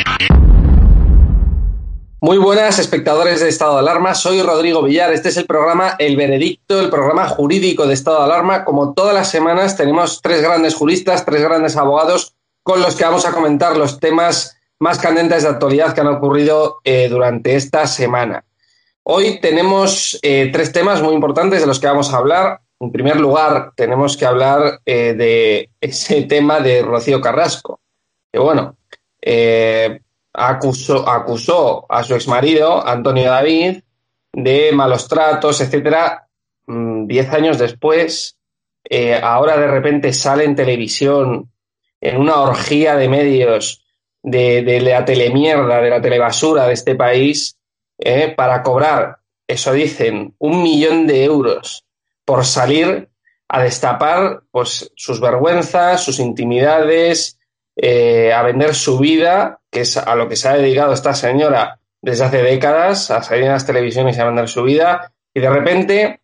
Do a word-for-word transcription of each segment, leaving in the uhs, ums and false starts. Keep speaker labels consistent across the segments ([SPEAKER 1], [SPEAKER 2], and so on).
[SPEAKER 1] Muy buenas, espectadores de Estado de Alarma. Soy Rodrigo Villar. Este es el programa El Veredicto, el programa jurídico de Estado de Alarma. Como todas las semanas, tenemos tres grandes juristas, tres grandes abogados con los que vamos a comentar los temas más candentes de actualidad que han ocurrido eh, durante esta semana. Hoy tenemos eh, tres temas muy importantes de los que vamos a hablar. En primer lugar, tenemos que hablar eh, de ese tema de Rocío Carrasco, que bueno... Eh, Acusó, acusó a su exmarido, Antonio David, de malos tratos, etcétera. Diez años después, eh, ahora de repente sale en televisión, en una orgía de medios de, de la telemierda, de la telebasura de este país, eh, para cobrar, eso dicen, un millón de euros por salir a destapar pues, sus vergüenzas, sus intimidades, eh, a vender su vida, que es a lo que se ha dedicado esta señora desde hace décadas, a salir en las televisiones y a vender su vida, y de repente,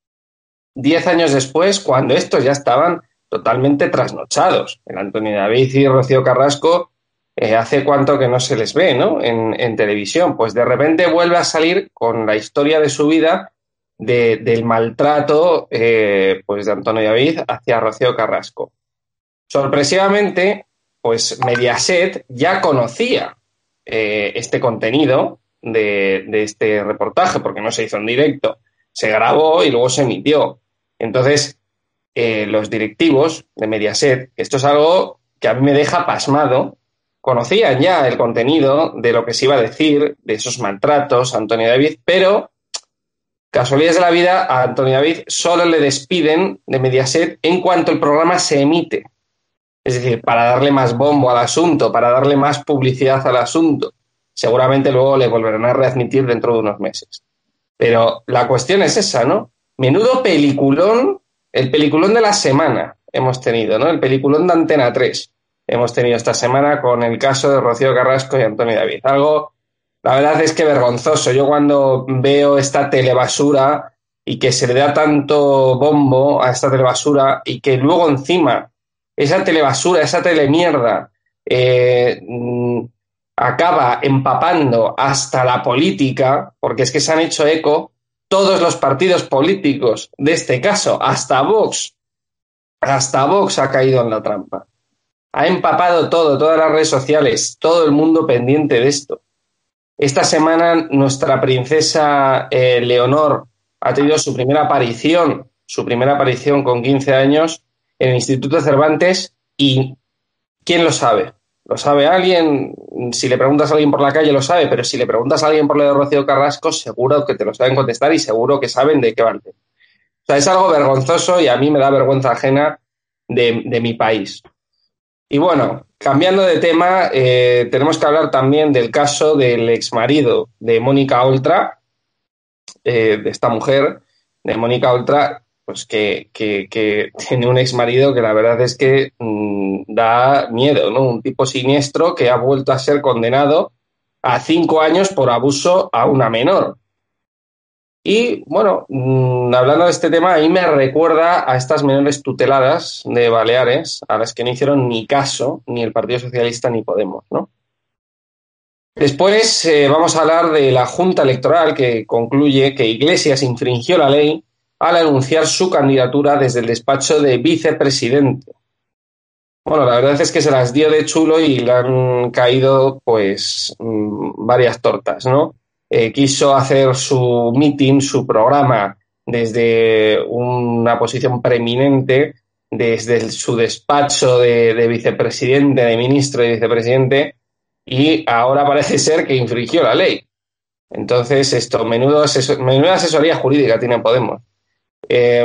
[SPEAKER 1] diez años después, cuando estos ya estaban totalmente trasnochados, el Antonio David y Rocío Carrasco, eh, hace cuánto que no se les ve, ¿no?, en, en televisión, pues de repente vuelve a salir con la historia de su vida, de, del maltrato eh, pues de Antonio David hacia Rocío Carrasco. Sorpresivamente, pues Mediaset ya conocía eh, este contenido de, de este reportaje, porque no se hizo en directo, se grabó y luego se emitió. Entonces, eh, los directivos de Mediaset, esto es algo que a mí me deja pasmado, conocían ya el contenido de lo que se iba a decir, de esos maltratos a Antonio David, pero, casualidades de la vida, a Antonio David solo le despiden de Mediaset en cuanto el programa se emite. Es decir, para darle más bombo al asunto, para darle más publicidad al asunto. Seguramente luego le volverán a readmitir dentro de unos meses. Pero la cuestión es esa, ¿no? Menudo peliculón, el peliculón de la semana hemos tenido, ¿no? El peliculón de Antena tres hemos tenido esta semana con el caso de Rocío Carrasco y Antonio David. Algo, la verdad es que vergonzoso. Yo cuando veo esta telebasura y que se le da tanto bombo a esta telebasura y que luego encima esa telebasura, esa telemierda eh, acaba empapando hasta la política, porque es que se han hecho eco todos los partidos políticos de este caso, hasta Vox, hasta Vox ha caído en la trampa. Ha empapado todo, todas las redes sociales, todo el mundo pendiente de esto. Esta semana nuestra princesa eh, Leonor ha tenido su primera aparición, su primera aparición con quince años en el Instituto Cervantes y ¿quién lo sabe? ¿Lo sabe alguien? Si le preguntas a alguien por la calle lo sabe, pero si le preguntas a alguien por lo de Rocío Carrasco seguro que te lo saben contestar y seguro que saben de qué va el tema. O sea, es algo vergonzoso y a mí me da vergüenza ajena de, de mi país. Y bueno, cambiando de tema, eh, tenemos que hablar también del caso del exmarido de Mónica Oltra, eh, de esta mujer, de Mónica Oltra, pues que, que, que tiene un exmarido que la verdad es que mmm, da miedo, ¿no? Un tipo siniestro que ha vuelto a ser condenado a cinco años por abuso a una menor. Y, bueno, mmm, hablando de este tema, a mí me recuerda a estas menores tuteladas de Baleares, a las que no hicieron ni caso ni el Partido Socialista ni Podemos, ¿no? Después eh, vamos a hablar de la Junta Electoral, que concluye que Iglesias infringió la ley al anunciar su candidatura desde el despacho de vicepresidente. Bueno, la verdad es que se las dio de chulo y le han caído, pues, mmm, varias tortas, ¿no? Eh, quiso hacer su meeting, su programa, desde una posición preeminente, desde el, su despacho de, de vicepresidente, de ministro y vicepresidente, y ahora parece ser que infringió la ley. Entonces, esto, menudo asesor, menuda asesoría jurídica tiene Podemos. Eh,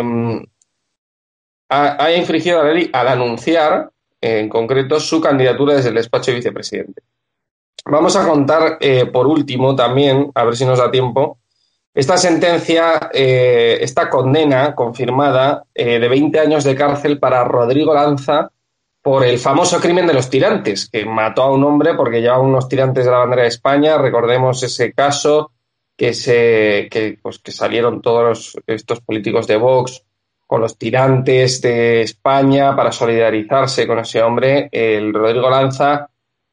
[SPEAKER 1] ha, ha infringido la ley al anunciar, eh, en concreto, su candidatura desde el despacho de vicepresidente. Vamos a contar, eh, por último, también, a ver si nos da tiempo, esta sentencia, eh, esta condena confirmada eh, de veinte años de cárcel para Rodrigo Lanza por el famoso crimen de los tirantes, que mató a un hombre porque llevaba unos tirantes de la bandera de España. Recordemos ese caso que se que, pues, que salieron todos estos políticos de Vox con los tirantes de España para solidarizarse con ese hombre. El Rodrigo Lanza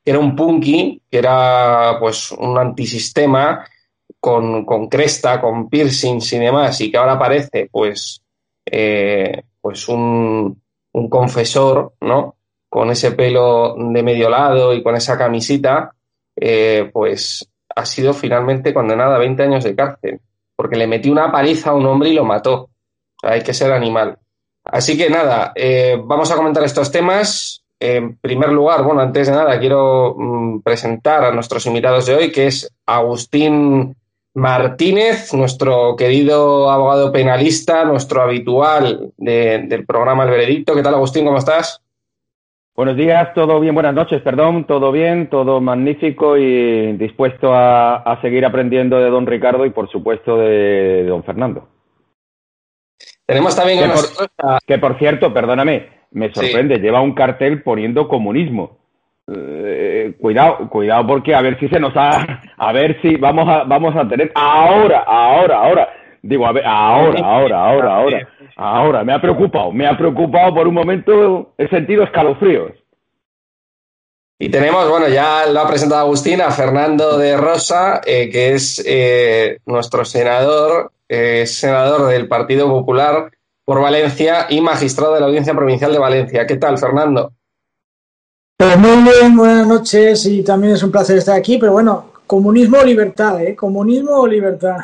[SPEAKER 1] que era un punky, que era pues un antisistema con, con cresta, con piercings y demás, y que ahora parece pues, eh, pues un, un confesor, ¿no? Con ese pelo de medio lado y con esa camisita, eh, pues ha sido finalmente condenado a veinte años de cárcel, porque le metió una paliza a un hombre y lo mató. O sea, hay que ser animal. Así que nada, eh, vamos a comentar estos temas. En primer lugar, bueno, antes de nada, quiero mm, presentar a nuestros invitados de hoy, que es Agustín Martínez, nuestro querido abogado penalista, nuestro habitual de, del programa El Veredicto. ¿Qué tal, Agustín? ¿Cómo estás?
[SPEAKER 2] Buenos días, todo bien, buenas noches, perdón, todo bien, todo magnífico y dispuesto a, a seguir aprendiendo de don Ricardo y, por supuesto, de, de don Fernando.
[SPEAKER 1] Tenemos también con
[SPEAKER 2] que, por,
[SPEAKER 1] nosotros a...
[SPEAKER 2] que por cierto, perdóname, me sorprende,
[SPEAKER 1] Sí.
[SPEAKER 2] Lleva un cartel poniendo comunismo. Eh, cuidado, cuidado porque a ver si se nos ha... A ver si vamos a, vamos a tener... Ahora, ahora, ahora. Digo, a ver, ahora, ahora, ahora, ahora. Ahora, me ha preocupado, me ha preocupado por un momento, he sentido escalofríos.
[SPEAKER 1] Y tenemos, bueno, ya lo ha presentado Agustín, a Fernando de Rosa, eh, que es eh, nuestro senador, eh, senador del Partido Popular por Valencia y magistrado de la Audiencia Provincial de Valencia. ¿Qué tal, Fernando?
[SPEAKER 3] Pues muy bien, buenas noches y también es un placer estar aquí, pero bueno, comunismo o libertad, ¿eh? Comunismo o libertad.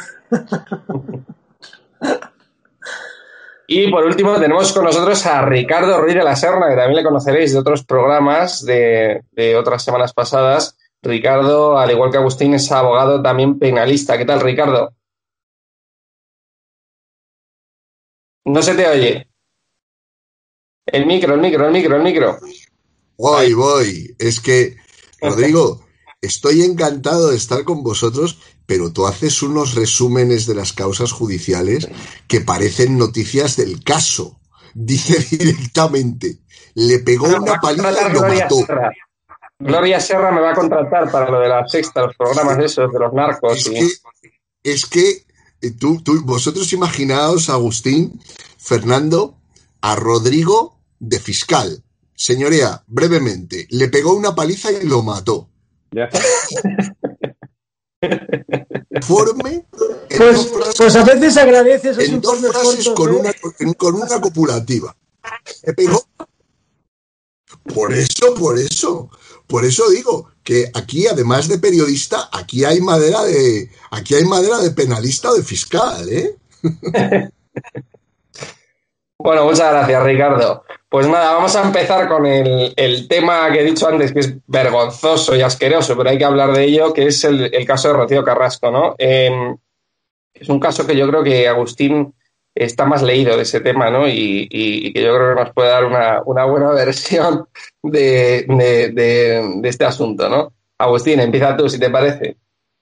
[SPEAKER 1] Y por último tenemos con nosotros a Ricardo Ruiz de la Serna, que también le conoceréis de otros programas de, de otras semanas pasadas. Ricardo, al igual que Agustín, es abogado también penalista. ¿Qué tal, Ricardo? No se te oye. El micro, el micro, el micro, el micro.
[SPEAKER 4] Voy,
[SPEAKER 1] Ahí.
[SPEAKER 4] voy. Es que, Rodrigo, estoy encantado de estar con vosotros, pero tú haces unos resúmenes de las causas judiciales que parecen noticias del caso. Dice directamente, le pegó
[SPEAKER 1] Bueno,
[SPEAKER 4] una paliza y lo
[SPEAKER 1] Gloria
[SPEAKER 4] mató.
[SPEAKER 1] Serra. Gloria Serra me va a contratar para lo de la sexta, los programas de esos, de los narcos.
[SPEAKER 4] Es
[SPEAKER 1] Y...
[SPEAKER 4] que, es que eh, tú, tú, vosotros imaginaos, Agustín, Fernando, a Rodrigo de fiscal. Señoría, brevemente, le pegó una paliza y lo mató.
[SPEAKER 2] ¿Ya está?
[SPEAKER 4] Informe en
[SPEAKER 3] Pues,
[SPEAKER 4] dos frases,
[SPEAKER 3] pues a veces agradeces esos
[SPEAKER 4] en dos
[SPEAKER 3] informes
[SPEAKER 4] frases
[SPEAKER 3] cortos,
[SPEAKER 4] con
[SPEAKER 3] ¿eh?
[SPEAKER 4] una, con una copulativa. Le pegó. Por eso, por eso. Por eso digo que aquí, además de periodista, aquí hay madera de, aquí hay madera de penalista o de fiscal, ¿eh?
[SPEAKER 1] Bueno, muchas gracias, Ricardo. Pues nada, vamos a empezar con el, el tema que he dicho antes, que es vergonzoso y asqueroso, pero hay que hablar de ello, que es el, el caso de Rocío Carrasco, ¿no? Eh, es un caso que yo creo que Agustín está más leído de ese tema, ¿no? Y, y, y que yo creo que nos puede dar una, una buena versión de, de, de, de este asunto, ¿no? Agustín, empieza tú, si te parece.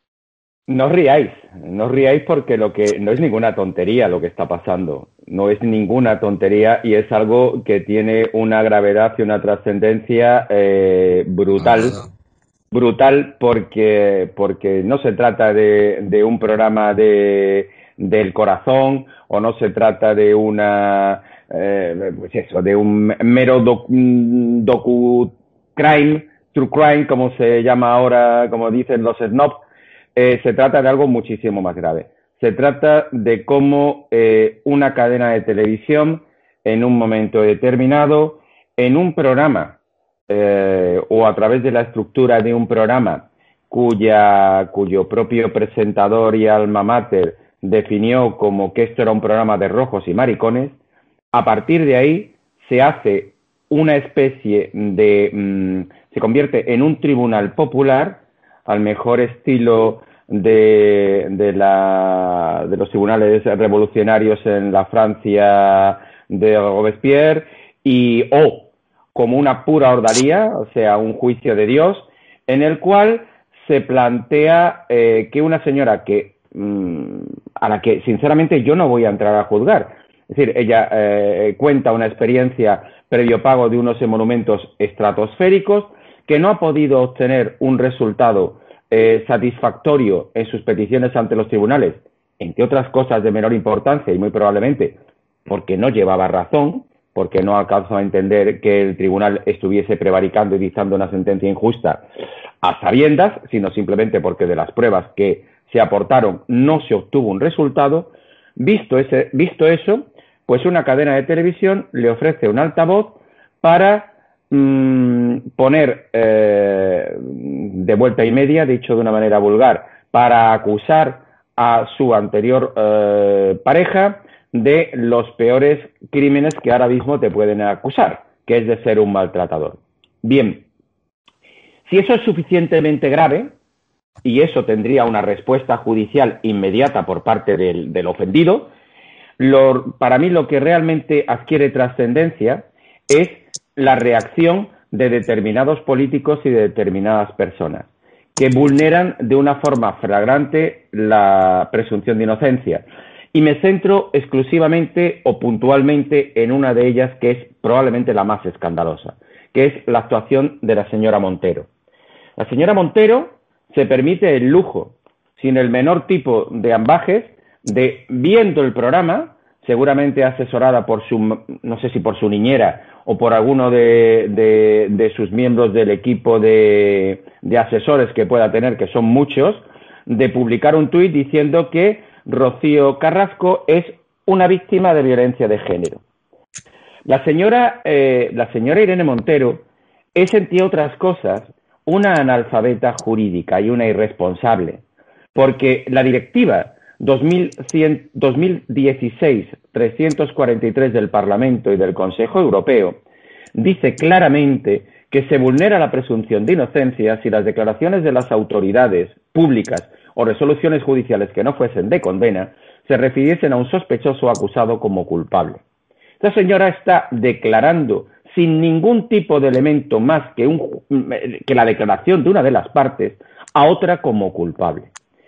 [SPEAKER 2] No os riáis, no os riáis porque lo que no es ninguna tontería lo que está pasando, no es ninguna tontería y es algo que tiene una gravedad y una trascendencia eh, brutal, brutal porque, porque no se trata de, de un programa de, del corazón o no se trata de una, eh, pues eso, de un mero docu, docu crime, true crime, como se llama ahora, como dicen los snobs. Eh, se trata de algo muchísimo más grave. Se trata de cómo eh, una cadena de televisión, en un momento determinado, en un programa eh, o a través de la estructura de un programa cuya, cuyo propio presentador y alma mater definió como que esto era un programa de rojos y maricones, a partir de ahí se hace una especie de... Mmm, se convierte en un tribunal popular al mejor estilo de, de, la, de los tribunales revolucionarios en la Francia de Robespierre y o oh, como una pura ordalía, o sea, un juicio de Dios, en el cual se plantea eh, que una señora que mmm, a la que sinceramente yo no voy a entrar a juzgar, es decir, ella eh, cuenta una experiencia previo pago de unos emolumentos estratosféricos, que no ha podido obtener un resultado eh, satisfactorio en sus peticiones ante los tribunales, entre otras cosas de menor importancia y muy probablemente porque no llevaba razón, porque no alcanzo a entender que el tribunal estuviese prevaricando y dictando una sentencia injusta a sabiendas, sino simplemente porque de las pruebas que se aportaron no se obtuvo un resultado. Visto, ese, visto eso, pues una cadena de televisión le ofrece un altavoz para mmm, poner eh, de vuelta y media, dicho de una manera vulgar, para acusar a su anterior eh, pareja de los peores crímenes que ahora mismo te pueden acusar, que es de ser un maltratador. Bien, si eso es suficientemente grave, y eso tendría una respuesta judicial inmediata por parte del, del ofendido, lo, para mí lo que realmente adquiere trascendencia es la reacción de determinados políticos y de determinadas personas que vulneran de una forma flagrante la presunción de inocencia. Y me centro exclusivamente o puntualmente en una de ellas, que es probablemente la más escandalosa, que es la actuación de la señora Montero. La señora Montero se permite el lujo, sin el menor tipo de ambajes, de, viendo el programa, seguramente asesorada por su, no sé si por su niñera o por alguno de, de, de sus miembros del equipo de, de asesores que pueda tener, que son muchos, de publicar un tuit diciendo que Rocío Carrasco es una víctima de violencia de género. La señora, eh, la señora Irene Montero es, entre otras cosas, una analfabeta jurídica y una irresponsable, porque la directiva dos mil dieciséis trescientos cuarenta y tres del Parlamento y del Consejo Europeo dice claramente que se vulnera la presunción de inocencia si las declaraciones de las autoridades públicas o resoluciones judiciales que no fuesen de condena se refiriesen a un sospechoso o acusado como culpable. Esta señora está declarando sin ningún tipo de elemento más que, un, que la declaración de una de las partes a otra como culpable.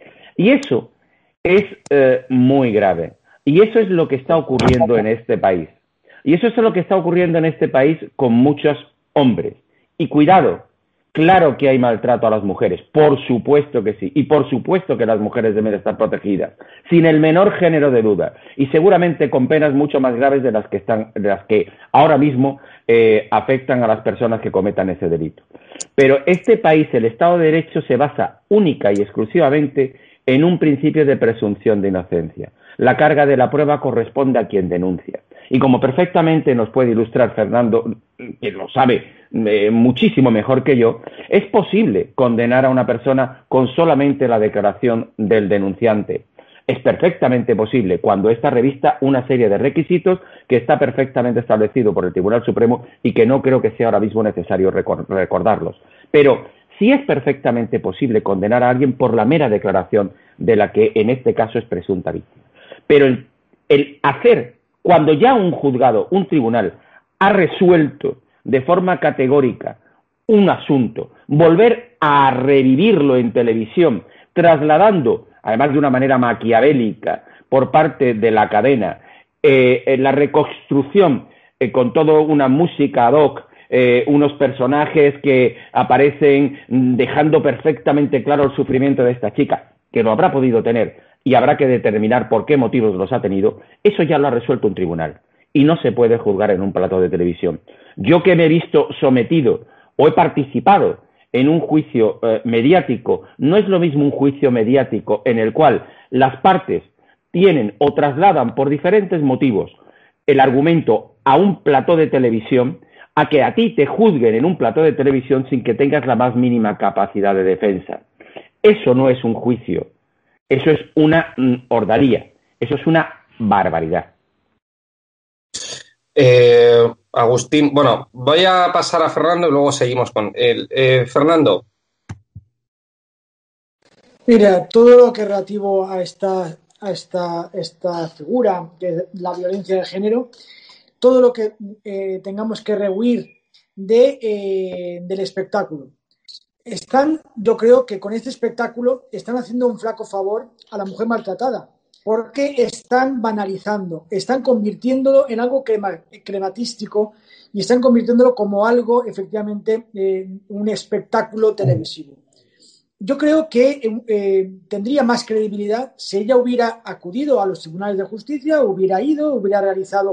[SPEAKER 2] Y eso es eh, muy grave. Y eso es lo que está ocurriendo en este país. Y eso es lo que está ocurriendo en este país con muchos hombres. Y cuidado, claro que hay maltrato a las mujeres, por supuesto que sí. Y por supuesto que las mujeres deben estar protegidas, sin el menor género de duda. Y seguramente con penas mucho más graves de las que, están, de las que ahora mismo eh, afectan a las personas que cometan ese delito. Pero este país, el Estado de Derecho, se basa única y exclusivamente en un principio de presunción de inocencia. La carga de la prueba corresponde a quien denuncia. Y como perfectamente nos puede ilustrar Fernando, que lo sabe eh, muchísimo mejor que yo, es posible condenar a una persona con solamente la declaración del denunciante. Es perfectamente posible cuando ésta revista una serie de requisitos que está perfectamente establecido por el Tribunal Supremo y que no creo que sea ahora mismo necesario recordarlos. Pero sí es perfectamente posible condenar a alguien por la mera declaración de la que en este caso es presunta víctima. Pero el, el hacer, cuando ya un juzgado, un tribunal, ha resuelto de forma categórica un asunto, volver a revivirlo en televisión, trasladando, además de una manera maquiavélica, por parte de la cadena, eh, la reconstrucción eh, con toda una música ad hoc, Eh, unos personajes que aparecen dejando perfectamente claro el sufrimiento de esta chica, que lo habrá podido tener y habrá que determinar por qué motivos los ha tenido. Eso ya lo ha resuelto un tribunal y no se puede juzgar en un plató de televisión. Yo que me he visto sometido o he participado en un juicio eh, mediático, no es lo mismo un juicio mediático en el cual las partes tienen o trasladan por diferentes motivos el argumento a un plató de televisión, a que a ti te juzguen en un plató de televisión sin que tengas la más mínima capacidad de defensa. Eso no es un juicio, eso es una mm, ordalía, eso es una barbaridad.
[SPEAKER 1] Eh, Agustín, bueno, voy a pasar a Fernando y luego seguimos con él. Eh, Fernando.
[SPEAKER 3] Mira, todo lo que es relativo a esta, a esta, esta figura, que es la violencia de género, todo lo que eh, tengamos que rehuir de, eh, del espectáculo. Están, yo creo que con este espectáculo están haciendo un flaco favor a la mujer maltratada, porque están banalizando, están convirtiéndolo en algo crema, crematístico y están convirtiéndolo como algo, efectivamente, eh, un espectáculo televisivo. Yo creo que eh, tendría más credibilidad si ella hubiera acudido a los tribunales de justicia, hubiera ido, hubiera realizado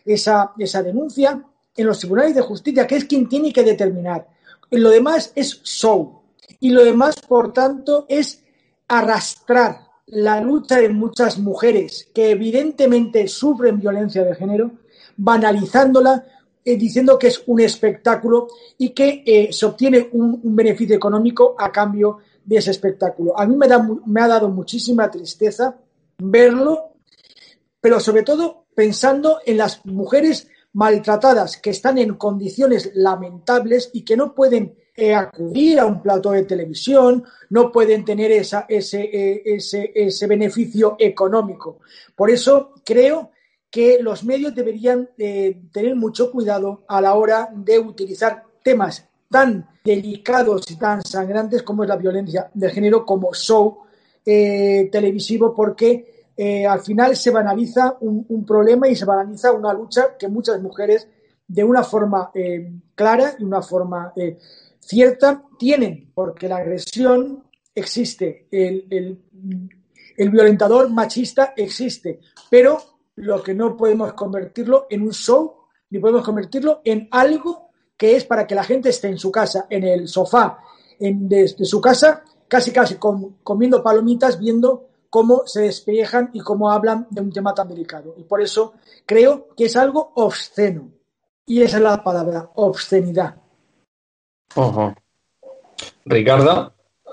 [SPEAKER 3] esa, esa denuncia en los tribunales de justicia, que es quien tiene que determinar. Lo demás es show. Y lo demás, por tanto, es arrastrar la lucha de muchas mujeres que evidentemente sufren violencia de género, banalizándola, eh, diciendo que es un espectáculo y que eh, se obtiene un, un beneficio económico a cambio de ese espectáculo. A mí me, da, me ha dado muchísima tristeza verlo, pero sobre todo pensando en las mujeres maltratadas que están en condiciones lamentables y que no pueden eh, acudir a un plató de televisión, no pueden tener esa, ese, eh, ese, ese beneficio económico. Por eso creo que los medios deberían eh, tener mucho cuidado a la hora de utilizar temas tan delicados y tan sangrantes como es la violencia de género como show eh, televisivo, porque Eh, al final se banaliza un, un problema y se banaliza una lucha que muchas mujeres de una forma eh, clara y una forma eh, cierta tienen, porque la agresión existe, el, el, el violentador machista existe, pero lo que no podemos convertirlo en un show ni podemos convertirlo en algo que es para que la gente esté en su casa, en el sofá en, de, de su casa, casi casi com, comiendo palomitas, viendo cómo se despellejan y cómo hablan de un tema tan delicado. Y por eso creo que es algo obsceno. Y esa es la palabra, obscenidad.
[SPEAKER 1] Uh-huh. Ricardo.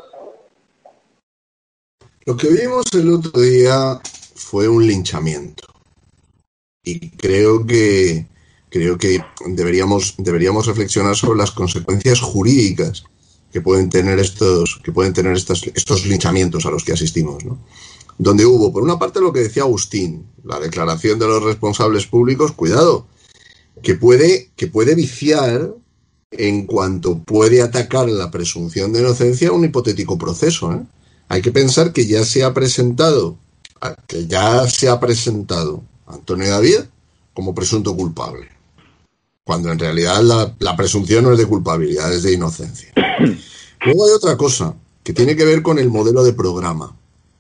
[SPEAKER 4] Lo que vimos el otro día fue un linchamiento. Y creo que creo que deberíamos, deberíamos reflexionar sobre las consecuencias jurídicas que pueden tener estos, que pueden tener estos, estos linchamientos a los que asistimos, ¿no? Donde hubo, por una parte, lo que decía Agustín, la declaración de los responsables públicos, cuidado, que puede, que puede viciar en cuanto puede atacar la presunción de inocencia un hipotético proceso, ¿eh? Hay que pensar que ya se ha presentado, que ya se ha presentado a Antonio David como presunto culpable, cuando en realidad la, la presunción no es de culpabilidad, es de inocencia. Luego hay otra cosa que tiene que ver con el modelo de programa.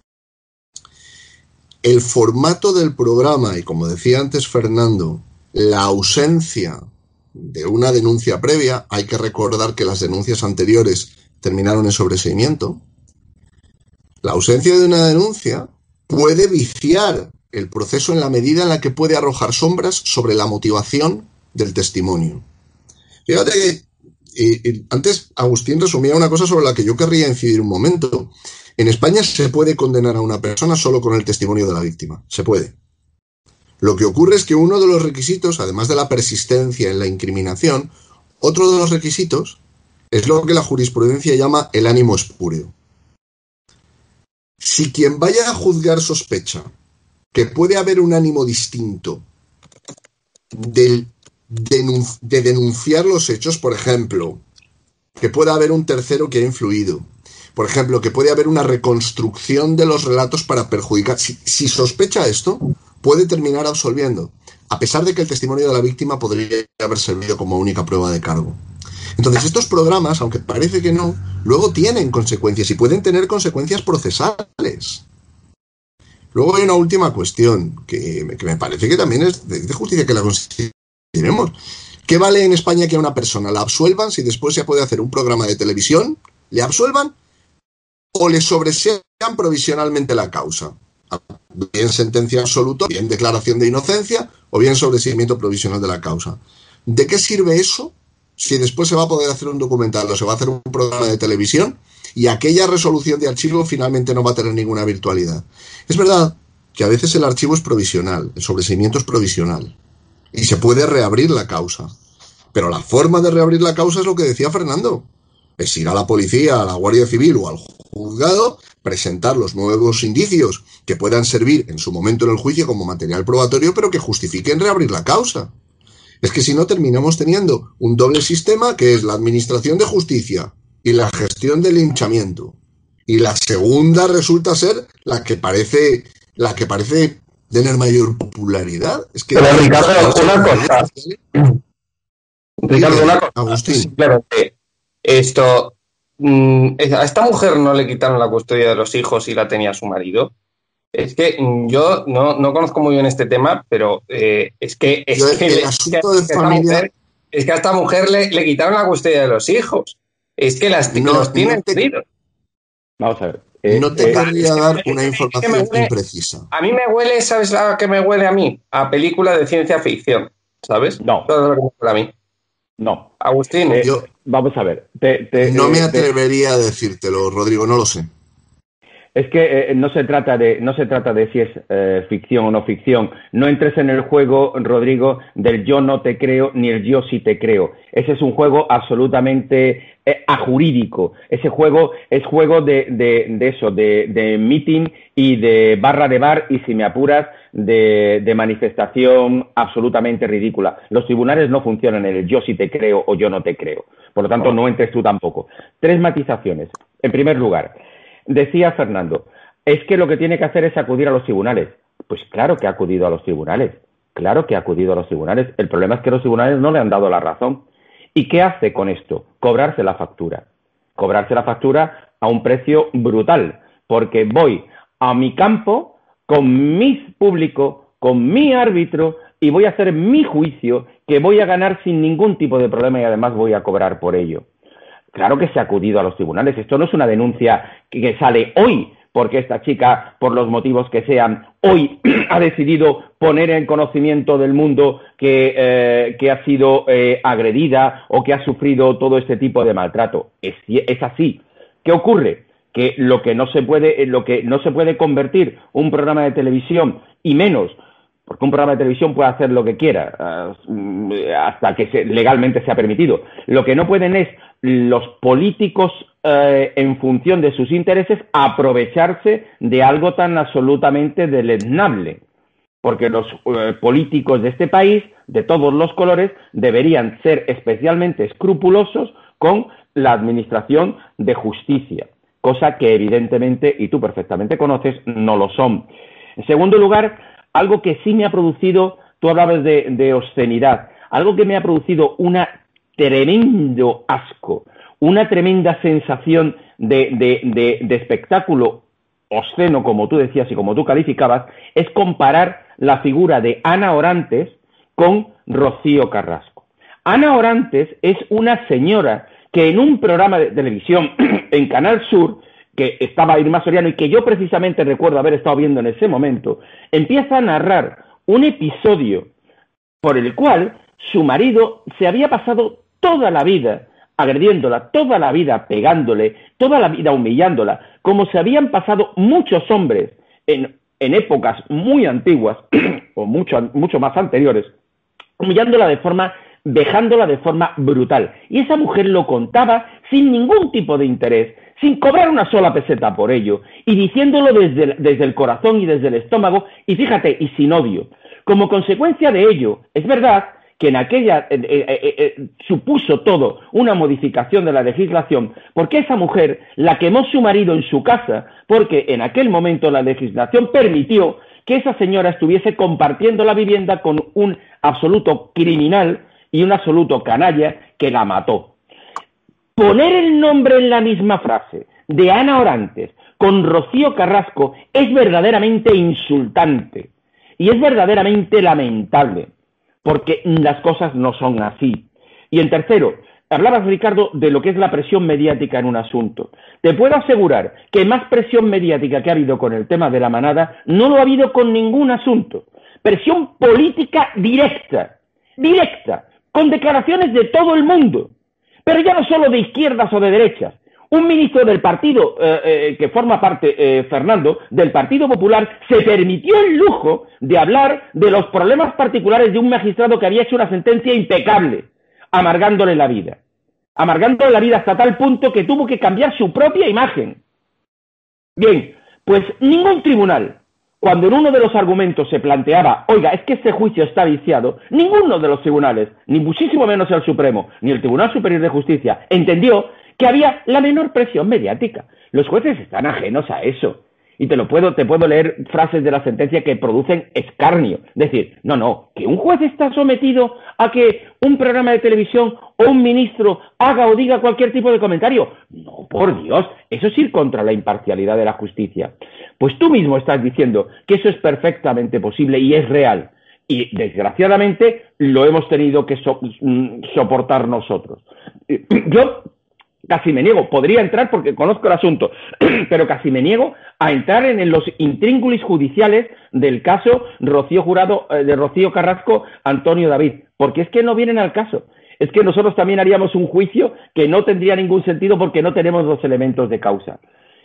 [SPEAKER 4] El formato del programa, y como decía antes Fernando, la ausencia de una denuncia previa, hay que recordar que las denuncias anteriores terminaron en sobreseimiento. La ausencia de una denuncia puede viciar el proceso en la medida en la que puede arrojar sombras sobre la motivación del testimonio. Fíjate que eh, eh, antes Agustín resumía una cosa sobre la que yo querría incidir un momento. En España se puede condenar a una persona solo con el testimonio de la víctima. Se puede. Lo que ocurre es que uno de los requisitos, además de la persistencia en la incriminación, otro de los requisitos es lo que la jurisprudencia llama el ánimo espúreo. Si quien vaya a juzgar sospecha que puede haber un ánimo distinto del denun- de denunciar los hechos, por ejemplo, que pueda haber un tercero que ha influido, por ejemplo, que puede haber una reconstrucción de los relatos para perjudicar, si, si sospecha esto, puede terminar absolviendo, a pesar de que el testimonio de la víctima podría haber servido como única prueba de cargo. Entonces, estos programas, aunque parece que no, luego tienen consecuencias y pueden tener consecuencias procesales. Luego hay una última cuestión que, que me parece que también es de, de justicia que la consideremos. ¿Qué vale en España que a una persona la absuelvan si después se puede hacer un programa de televisión, le absuelvan o le sobresean provisionalmente la causa? Bien sentencia absoluta, bien declaración de inocencia o bien sobreseimiento provisional de la causa. ¿De qué sirve eso si después se va a poder hacer un documental o se va a hacer un programa de televisión y aquella resolución de archivo finalmente no va a tener ninguna virtualidad? Es verdad que a veces el archivo es provisional, el sobreseimiento es provisional y se puede reabrir la causa, pero la forma de reabrir la causa es lo que decía Fernando, es ir a la policía, a la Guardia Civil o al juzgado, presentar los nuevos indicios que puedan servir en su momento en el juicio como material probatorio, pero que justifiquen reabrir la causa. Es que si no terminamos teniendo un doble sistema que es la administración de justicia y la gestión del linchamiento. Y la segunda resulta ser la que parece, la que parece tener mayor popularidad. Es que
[SPEAKER 1] pero Ricardo, una cosa. Ricardo, una cosa.
[SPEAKER 4] Agustín.
[SPEAKER 1] Simplemente, esto, ¿a esta mujer no le quitaron la custodia de los hijos y la tenía su marido? Es que yo no, no conozco muy bien este tema, pero eh, es que, es,
[SPEAKER 4] Yo,
[SPEAKER 1] que,
[SPEAKER 4] el
[SPEAKER 1] le-
[SPEAKER 4] asunto
[SPEAKER 1] que
[SPEAKER 4] de
[SPEAKER 1] a esta
[SPEAKER 4] familia,
[SPEAKER 1] mujer, es que a esta mujer le, le quitaron la custodia de los hijos. Es que las,
[SPEAKER 4] no,
[SPEAKER 1] los
[SPEAKER 4] no
[SPEAKER 1] tienen
[SPEAKER 4] te,
[SPEAKER 1] perdidos.
[SPEAKER 2] Vamos a ver. Eh,
[SPEAKER 4] no te
[SPEAKER 2] eh,
[SPEAKER 1] Es
[SPEAKER 4] querría
[SPEAKER 1] que,
[SPEAKER 4] dar
[SPEAKER 1] es
[SPEAKER 4] una
[SPEAKER 1] que- es que me
[SPEAKER 4] información
[SPEAKER 1] huele,
[SPEAKER 4] imprecisa.
[SPEAKER 1] a mí me huele, ¿sabes a qué me huele a mí? A película de ciencia ficción, ¿sabes?
[SPEAKER 2] no,
[SPEAKER 1] Todo lo que me huele a mí.
[SPEAKER 2] no.
[SPEAKER 1] Agustín,
[SPEAKER 2] Eh,
[SPEAKER 4] Yo
[SPEAKER 2] vamos a ver. Te,
[SPEAKER 4] no me
[SPEAKER 2] te, eh, te-
[SPEAKER 4] atrevería a decírtelo, Rodrigo, no lo sé.
[SPEAKER 2] Es que eh, no se trata de no se trata de si es eh, ficción o no ficción. No entres en el juego, Rodrigo, del yo no te creo ni el yo sí te creo. Ese es un juego absolutamente eh, ajurídico. Ese juego es juego de, de, de eso, de, de meeting y de barra de bar y, si me apuras, de, de manifestación absolutamente ridícula. Los tribunales no funcionan en el yo sí te creo o yo no te creo. Por lo tanto, no entres tú tampoco. Tres matizaciones. En primer lugar, decía Fernando, es que lo que tiene que hacer es acudir a los tribunales. Pues claro que ha acudido a los tribunales, claro que ha acudido a los tribunales. El problema es que los tribunales no le han dado la razón. ¿Y qué hace con esto? Cobrarse la factura. Cobrarse la factura a un precio brutal, porque voy a mi campo con mi público, con mi árbitro, y voy a hacer mi juicio, que voy a ganar sin ningún tipo de problema y además voy a cobrar por ello. Claro que se ha acudido a los tribunales. Esto no es una denuncia que sale hoy, porque esta chica, por los motivos que sean, hoy ha decidido poner en conocimiento del mundo que, eh, que ha sido eh, agredida o que ha sufrido todo este tipo de maltrato. Es, es así. ¿Qué ocurre? Que lo que no se puede, lo que no se puede convertir un programa de televisión, y menos porque un programa de televisión puede hacer lo que quiera uh, hasta que se, legalmente sea permitido. Lo que no pueden es los políticos, eh, en función de sus intereses, aprovecharse de algo tan absolutamente deleznable. Porque los eh, políticos de este país, de todos los colores, deberían ser especialmente escrupulosos con la administración de justicia, cosa que evidentemente, y tú perfectamente conoces, no lo son. En segundo lugar, algo que sí me ha producido, tú hablabas de, de obscenidad, algo que me ha producido una tremendo asco, una tremenda sensación de, de, de, de espectáculo obsceno, como tú decías y como tú calificabas, es comparar la figura de Ana Orantes con Rocío Carrasco. Ana Orantes es una señora que en un programa de televisión en Canal Sur, que estaba Irma Soriano y que yo precisamente recuerdo haber estado viendo en ese momento, empieza a narrar un episodio por el cual su marido se había pasado toda la vida agrediéndola, toda la vida pegándole, toda la vida humillándola, como se habían pasado muchos hombres en, en épocas muy antiguas o mucho, mucho más anteriores, humillándola de forma, dejándola de forma brutal. Y esa mujer lo contaba sin ningún tipo de interés, sin cobrar una sola peseta por ello, y diciéndolo desde, desde el corazón y desde el estómago, y fíjate, y sin odio. Como consecuencia de ello, es verdad que en aquella eh, eh, eh, supuso todo una modificación de la legislación, porque esa mujer la quemó su marido en su casa, porque en aquel momento la legislación permitió que esa señora estuviese compartiendo la vivienda con un absoluto criminal y un absoluto canalla que la mató. Poner el nombre en la misma frase de Ana Orantes con Rocío Carrasco es verdaderamente insultante y es verdaderamente lamentable, porque las cosas no son así. Y en tercero, hablabas, Ricardo, de lo que es la presión mediática en un asunto. Te puedo asegurar que más presión mediática que ha habido con el tema de la manada no lo ha habido con ningún asunto. Presión política directa, directa, con declaraciones de todo el mundo, pero ya no solo de izquierdas o de derechas. Un ministro del partido, eh, eh, que forma parte, eh, Fernando, del Partido Popular, se permitió el lujo de hablar de los problemas particulares de un magistrado que había hecho una sentencia impecable, amargándole la vida. Amargándole la vida hasta tal punto que tuvo que cambiar su propia imagen. Bien, pues ningún tribunal, cuando en uno de los argumentos se planteaba, oiga, es que este juicio está viciado, ninguno de los tribunales, ni muchísimo menos el Supremo, ni el Tribunal Superior de Justicia, entendió que había la menor presión mediática. Los jueces están ajenos a eso. Y te lo puedo, te puedo leer frases de la sentencia que producen escarnio. Decir, no, no, que un juez está sometido a que un programa de televisión o un ministro haga o diga cualquier tipo de comentario. No, por Dios, eso es ir contra la imparcialidad de la justicia. Pues tú mismo estás diciendo que eso es perfectamente posible y es real. Y desgraciadamente lo hemos tenido que so- soportar nosotros. Yo casi me niego, podría entrar porque conozco el asunto, pero casi me niego a entrar en los intríngulis judiciales del caso Rocío Jurado, eh, de Rocío Carrasco, Antonio David, porque es que no vienen al caso. Es que nosotros también haríamos un juicio que no tendría ningún sentido porque no tenemos los elementos de causa.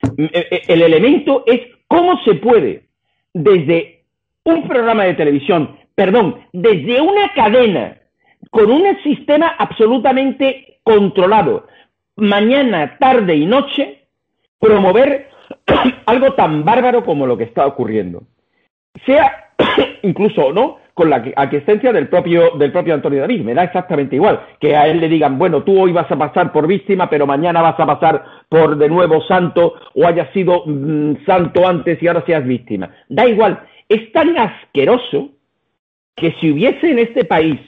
[SPEAKER 2] El elemento es cómo se puede, desde un programa de televisión, perdón, desde una cadena, con un sistema absolutamente controlado, mañana, tarde y noche, promover algo tan bárbaro como lo que está ocurriendo. Sea incluso o no con la aquiescencia del propio, del propio Antonio David. Me da exactamente igual que a él le digan, bueno, tú hoy vas a pasar por víctima, pero mañana vas a pasar por de nuevo santo, o hayas sido mmm, santo antes y ahora seas víctima. Da igual. Es tan asqueroso que si hubiese en este país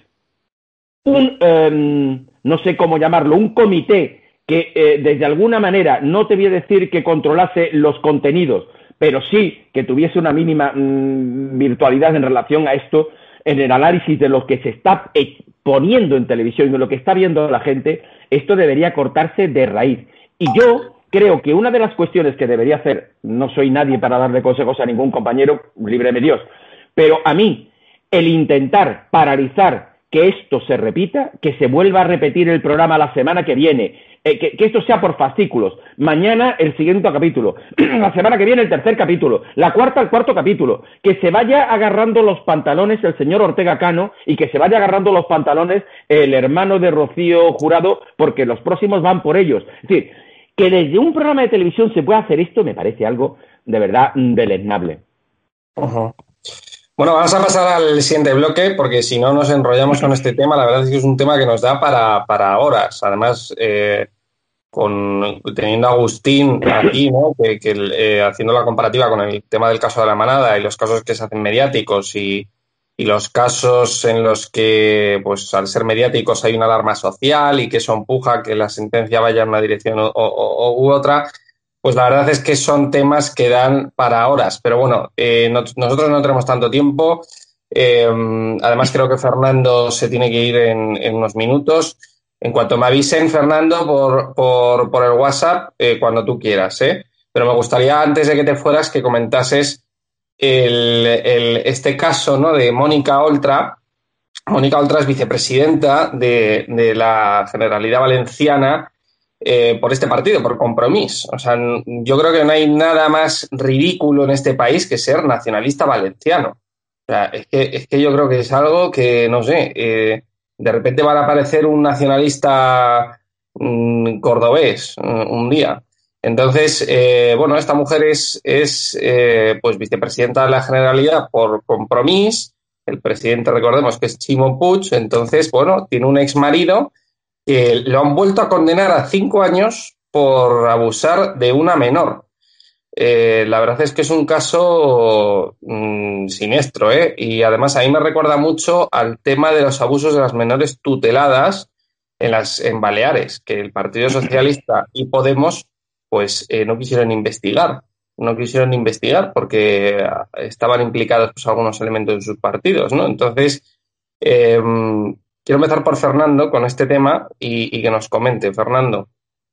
[SPEAKER 2] un, eh, no sé cómo llamarlo, un comité que eh, desde alguna manera, no te voy a decir que controlase los contenidos, pero sí que tuviese una mínima mmm, virtualidad en relación a esto, en el análisis de lo que se está poniendo en televisión y de lo que está viendo la gente, esto debería cortarse de raíz. Y yo creo que una de las cuestiones que debería hacer, no soy nadie para darle consejos a ningún compañero, líbreme Dios, pero a mí, el intentar paralizar que esto se repita, que se vuelva a repetir el programa la semana que viene, eh, que, que esto sea por fascículos, mañana el siguiente capítulo, la semana que viene el tercer capítulo, la cuarta el cuarto capítulo, que se vaya agarrando los pantalones el señor Ortega Cano y que se vaya agarrando los pantalones el hermano de Rocío Jurado, porque los próximos van por ellos. Es decir, que desde un programa de televisión se pueda hacer esto me parece algo de verdad deleznable.
[SPEAKER 1] Uh-huh. Bueno, vamos a pasar al siguiente bloque porque si no nos enrollamos con este tema. La verdad es que es un tema que nos da para, para horas. Además, eh, con, teniendo a Agustín aquí, ¿no? que, que eh, haciendo la comparativa con el tema del caso de la manada y los casos que se hacen mediáticos y, y los casos en los que, pues al ser mediáticos hay una alarma social y que eso empuja a que la sentencia vaya en una dirección o, o, u otra. Pues la verdad es que son temas que dan para horas, pero bueno, eh, no, nosotros no tenemos tanto tiempo. Eh, además, creo que Fernando se tiene que ir en, en unos minutos. En cuanto me avisen, Fernando, por, por, por el WhatsApp, eh, cuando tú quieras, ¿eh? Pero me gustaría, antes de que te fueras, que comentases el, el, este caso, ¿no? De Mónica Oltra. Mónica Oltra es vicepresidenta de, de la Generalidad Valenciana. Eh, por este partido, por Compromís. O sea, yo creo que no hay nada más ridículo en este país que ser nacionalista valenciano. O sea, es que, es que yo creo que es algo que, no sé, eh, de repente va a aparecer un nacionalista mmm, cordobés um, un día. Entonces, eh, bueno, esta mujer es, es eh, pues vicepresidenta de la Generalidad por Compromís. El presidente, recordemos que es Ximo Puig. Entonces, bueno, tiene un exmarido que lo han vuelto a condenar a cinco años por abusar de una menor. Eh, la verdad es que es un caso mmm, siniestro, ¿eh? Y además a mí me recuerda mucho al tema de los abusos de las menores tuteladas en las en Baleares, que el Partido Socialista y Podemos pues eh, no quisieron investigar. No quisieron investigar porque estaban implicados pues, algunos elementos de sus partidos, ¿no? Entonces, eh, quiero empezar por Fernando con este tema y, y que nos comente. Fernando.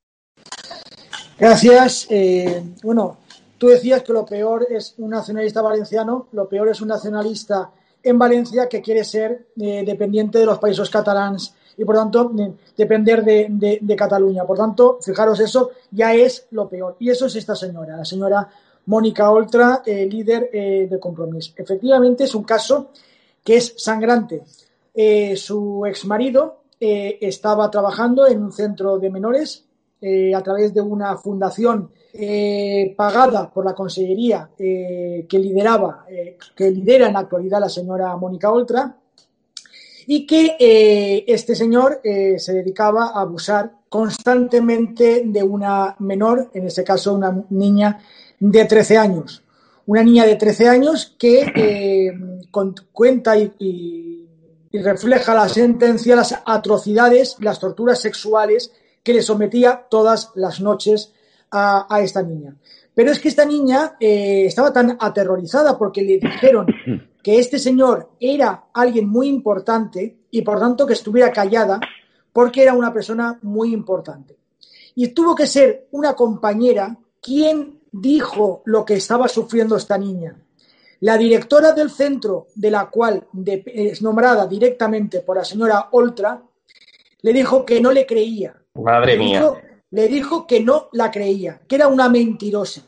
[SPEAKER 3] Gracias. Eh, bueno, tú decías que lo peor es un nacionalista valenciano, lo peor es un nacionalista en Valencia que quiere ser eh, dependiente de los países catalanes y, por tanto, eh, depender de, de, de Cataluña. Por tanto, fijaros, eso ya es lo peor. Y eso es esta señora, la señora Mónica Oltra, eh, líder eh, de Compromís. Efectivamente, es un caso que es sangrante. Eh, su exmarido eh, estaba trabajando en un centro de menores eh, a través de una fundación eh, pagada por la Consellería eh, que lideraba, eh, que lidera en la actualidad la señora Mónica Oltra, y que eh, este señor eh, se dedicaba a abusar constantemente de una menor, en este caso una niña de trece años. Una niña de trece años que eh, con, cuenta y, y, y refleja la sentencia las atrocidades, las torturas sexuales que le sometía todas las noches a, a esta niña. Pero es que esta niña eh, estaba tan aterrorizada porque le dijeron que este señor era alguien muy importante y por tanto que estuviera callada porque era una persona muy importante. Y tuvo que ser una compañera quien dijo lo que estaba sufriendo esta niña. La directora del centro, de la cual de, es nombrada directamente por la señora Oltra, le dijo que no le creía.
[SPEAKER 1] Madre
[SPEAKER 3] le
[SPEAKER 1] mía.
[SPEAKER 3] Dijo, le dijo que no la creía, que era una mentirosa.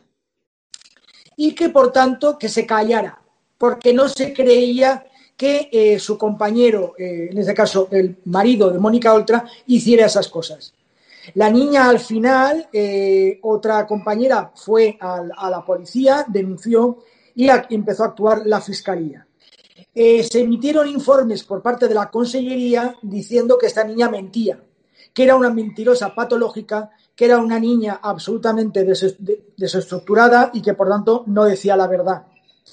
[SPEAKER 3] Y que, por tanto, que se callara, porque no se creía que eh, su compañero, eh, en este caso el marido de Mónica Oltra, hiciera esas cosas. La niña al final, eh, otra compañera fue a, a la policía, denunció y a, empezó a actuar la fiscalía. Eh, se emitieron informes por parte de la consellería diciendo que esta niña mentía, que era una mentirosa patológica, que era una niña absolutamente des- desestructurada y que por tanto no decía la verdad.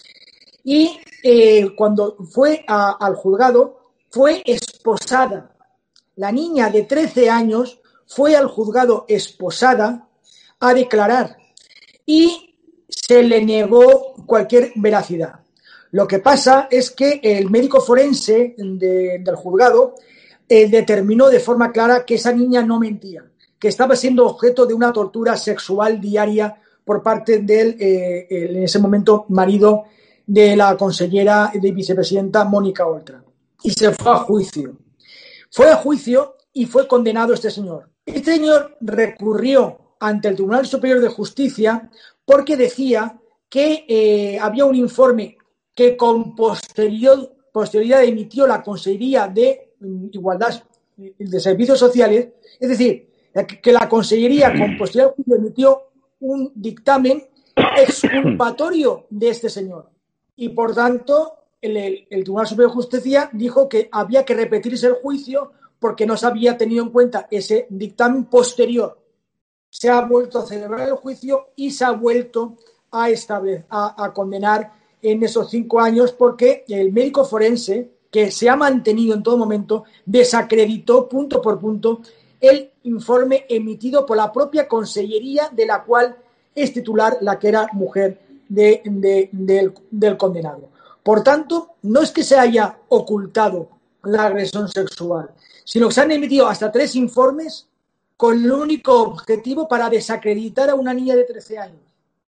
[SPEAKER 3] Y eh, cuando fue a, al juzgado, fue esposada. La niña de trece años fue al juzgado esposada a declarar y se le negó cualquier veracidad. Lo que pasa es que el médico forense de, del juzgado eh, determinó de forma clara que esa niña no mentía, que estaba siendo objeto de una tortura sexual diaria por parte del, eh, el, en ese momento, marido de la consellera y vicepresidenta Mónica Oltra. Y se fue a juicio. Fue a juicio y fue condenado este señor. Este señor recurrió ante el Tribunal Superior de Justicia porque decía que eh, había un informe que con posterior, posterioridad emitió la Consejería de Igualdad de Servicios Sociales, es decir, que la Consellería con posterioridad emitió un dictamen exculpatorio de este señor. Y por tanto, el, el, el Tribunal Superior de Justicia dijo que había que repetirse el juicio porque no se había tenido en cuenta ese dictamen posterior. Se ha vuelto a celebrar el juicio y se ha vuelto a, establecer, a, a condenar en esos cinco años porque el médico forense, que se ha mantenido en todo momento, desacreditó punto por punto el informe emitido por la propia consellería de la cual es titular la que era mujer de, de, de, del condenado. Por tanto, no es que se haya ocultado la agresión sexual, sino que se han emitido hasta tres informes con el único objetivo para desacreditar a una niña de trece años.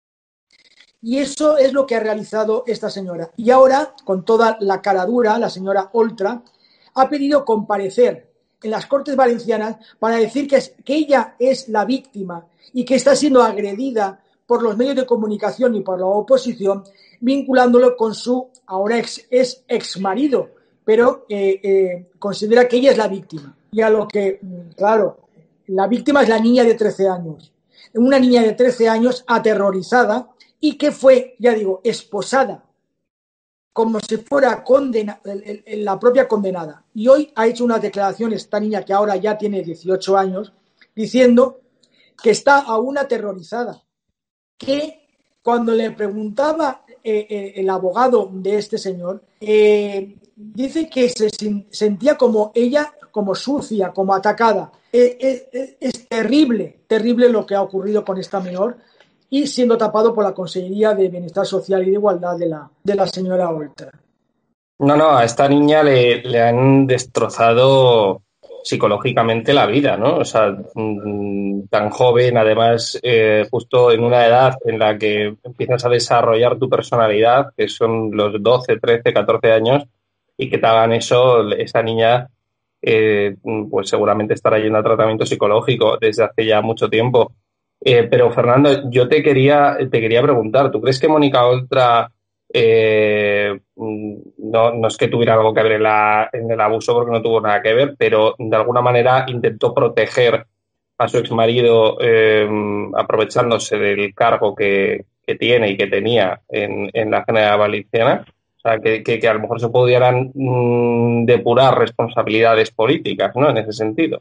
[SPEAKER 3] Y eso es lo que ha realizado esta señora. Y ahora, con toda la cara dura, la señora Oltra ha pedido comparecer en las Cortes Valencianas para decir que, es, que ella es la víctima y que está siendo agredida por los medios de comunicación y por la oposición, vinculándolo con su ahora ex, es ex marido, pero eh, eh, considera que ella es la víctima. Y a lo que, claro, la víctima es la niña de trece años. Una niña de trece años aterrorizada y que fue, ya digo, esposada, como si fuera condena, la propia condenada. Y hoy ha hecho una declaración esta niña, que ahora ya tiene dieciocho años, diciendo que está aún aterrorizada, que cuando le preguntaba eh, eh, el abogado de este señor, eh, dice que se sentía como ella, como sucia, como atacada. Eh, eh, es terrible, terrible lo que ha ocurrido con esta menor, y siendo tapado por la Consejería de Bienestar Social y de Igualdad de la, de la señora Oltra.
[SPEAKER 1] No, no, a esta niña le, le han destrozado psicológicamente la vida, ¿no? O sea, tan joven, además, eh, justo en una edad en la que empiezas a desarrollar tu personalidad, que son los doce, trece, catorce años, y que te hagan eso, esa niña, eh, pues seguramente estará yendo a tratamiento psicológico desde hace ya mucho tiempo. Eh, pero, Fernando, yo te quería, te quería preguntar, ¿tú crees que Mónica Oltra eh, no, no es que tuviera algo que ver en, la, en el abuso, porque no tuvo nada que ver, pero de alguna manera intentó proteger a su exmarido eh, aprovechándose del cargo que, que tiene y que tenía en, en la Generalitat Valenciana? O sea, que, que, que a lo mejor se pudieran mmm, depurar responsabilidades políticas, ¿no? En ese sentido.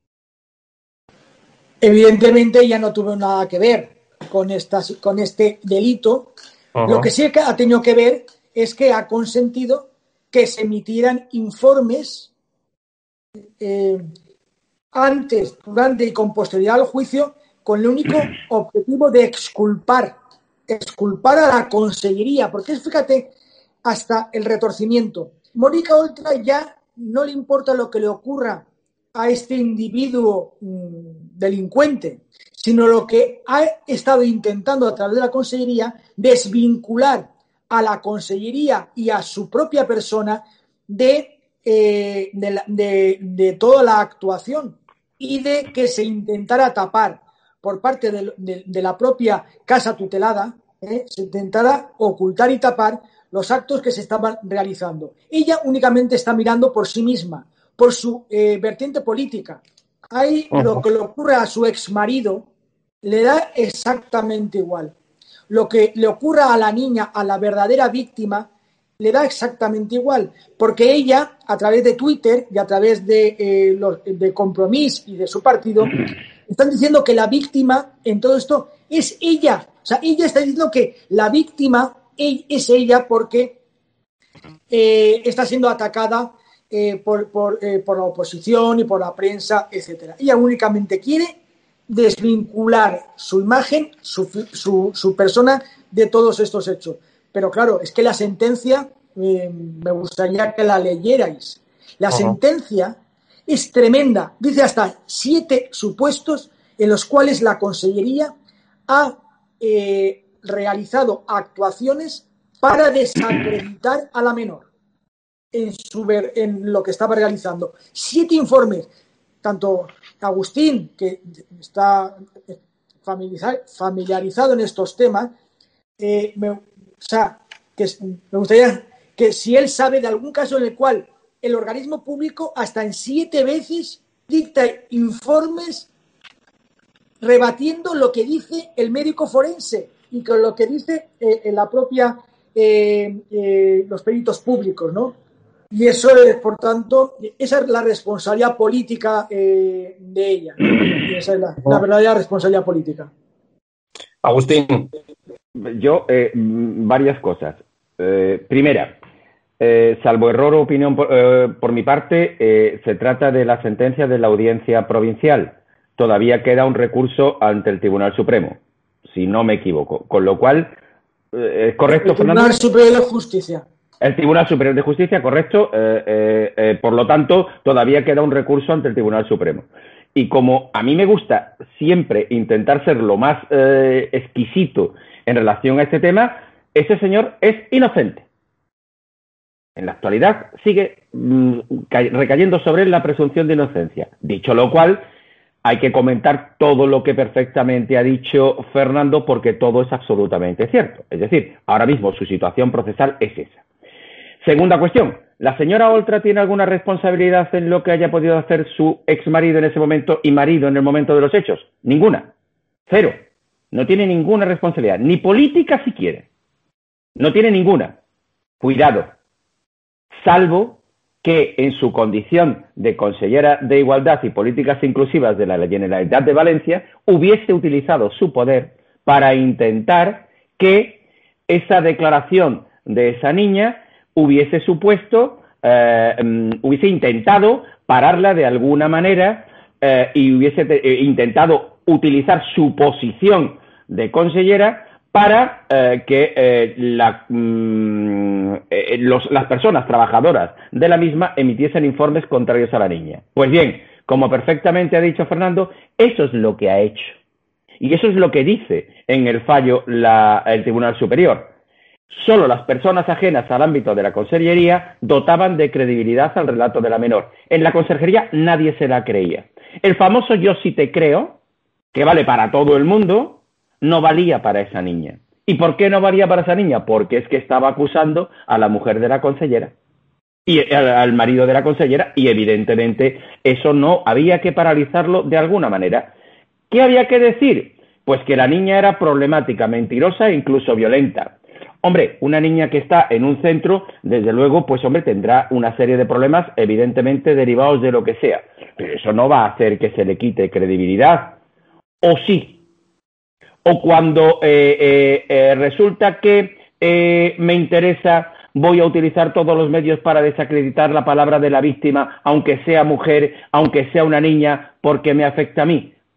[SPEAKER 3] Evidentemente ella no tuvo nada que ver con, estas, con este delito. Uh-huh. Lo que sí ha tenido que ver es que ha consentido que se emitieran informes eh, antes, durante y con posterioridad al juicio con el único objetivo de exculpar, exculpar a la consellería, porque fíjate, hasta el retorcimiento. Mónica Oltra ya no le importa lo que le ocurra a este individuo mmm, delincuente, sino lo que ha estado intentando a través de la consellería desvincular a la consellería y a su propia persona de, eh, de, la, de, de toda la actuación y de que se intentara tapar por parte de, de, de la propia casa tutelada, eh, se intentara ocultar y tapar los actos que se estaban realizando. Ella únicamente está mirando por sí misma, por su eh, vertiente política. Ahí uh-huh. Lo que le ocurre a su exmarido le da exactamente igual. Lo que le ocurra a la niña, a la verdadera víctima, le da exactamente igual, porque ella, a través de Twitter y a través de, eh, los, de Compromís y de su partido, están diciendo que la víctima en todo esto es ella. O sea, ella está diciendo que la víctima es ella porque eh, está siendo atacada eh, por, por, eh, por la oposición y por la prensa, etcétera. Ella únicamente quiere desvincular su imagen, su, su, su persona de todos estos hechos. Pero claro, es que la sentencia, eh, me gustaría que la leyerais. La uh-huh. sentencia es tremenda. Dice hasta siete supuestos en los cuales la Consellería ha eh, realizado actuaciones para desacreditar a la menor en, su ver, en lo que estaba realizando. Siete informes. Tanto Agustín, que está familiarizado en estos temas, eh, me, o sea, que me gustaría que si él sabe de algún caso en el cual el organismo público hasta en siete veces dicta informes rebatiendo lo que dice el médico forense y con lo que dice eh, en la propia eh, eh, los peritos públicos, ¿no? Y eso es, por tanto, esa es la responsabilidad política eh, de ella, ¿no? Y esa es la, la verdadera responsabilidad política.
[SPEAKER 1] Agustín.
[SPEAKER 2] Yo, eh, varias cosas. Eh, primera, eh, salvo error o opinión por, eh, por mi parte, eh, se trata de la sentencia de la Audiencia Provincial. Todavía queda un recurso ante el Tribunal Supremo, si no me equivoco. Con lo cual, eh, ¿es correcto,
[SPEAKER 3] el Tribunal
[SPEAKER 2] Fernando?
[SPEAKER 3] Superior de Justicia.
[SPEAKER 2] El Tribunal Superior de Justicia, correcto. Eh, eh, eh, por lo tanto, todavía queda un recurso ante el Tribunal Supremo. Y como a mí me gusta siempre intentar ser lo más eh, exquisito en relación a este tema, ese señor es inocente. En la actualidad sigue mmm, recayendo sobre él la presunción de inocencia. Dicho lo cual, hay que comentar todo lo que perfectamente ha dicho Fernando, porque todo es absolutamente cierto. Es decir, ahora mismo su situación procesal es esa. Segunda cuestión, ¿la señora Oltra tiene alguna responsabilidad en lo que haya podido hacer su exmarido en ese momento y marido en el momento de los hechos? Ninguna. Cero. No tiene ninguna responsabilidad, ni política si quiere. No tiene ninguna. Cuidado. Salvo que en su condición de consellera de Igualdad y Políticas Inclusivas de la Generalitat de Valencia hubiese utilizado su poder para intentar que esa declaración de esa niña hubiese supuesto, eh, um, hubiese intentado pararla de alguna manera eh, y hubiese eh, intentado utilizar su posición de consellera para eh, que eh, la, mm, eh, los, las personas trabajadoras de la misma emitiesen informes contrarios a la niña. Pues bien, como perfectamente ha dicho Fernando, eso es lo que ha hecho. Y eso es lo que dice en el fallo la, el Tribunal Superior. Solo las personas ajenas al ámbito de la conserjería dotaban de credibilidad al relato de la menor. En la conserjería nadie se la creía. El famoso yo sí te creo, que vale para todo el mundo, no valía para esa niña. ¿Y por qué no valía para esa niña? Porque es que estaba acusando a la mujer de la consellera y al, al marido de la consellera, y evidentemente eso no había que paralizarlo de alguna manera. ¿Qué había que decir? Pues que la niña era problemática, mentirosa e incluso violenta. Hombre, una niña que está en un centro, desde luego, pues hombre, tendrá una serie de problemas, evidentemente derivados de lo que sea. Pero eso no va a hacer que se le quite credibilidad. ¿O sí? O cuando eh, eh, eh, resulta que eh, me interesa, voy a utilizar todos los medios para desacreditar la palabra de la víctima, aunque sea mujer, aunque sea una niña, porque me afecta a mí.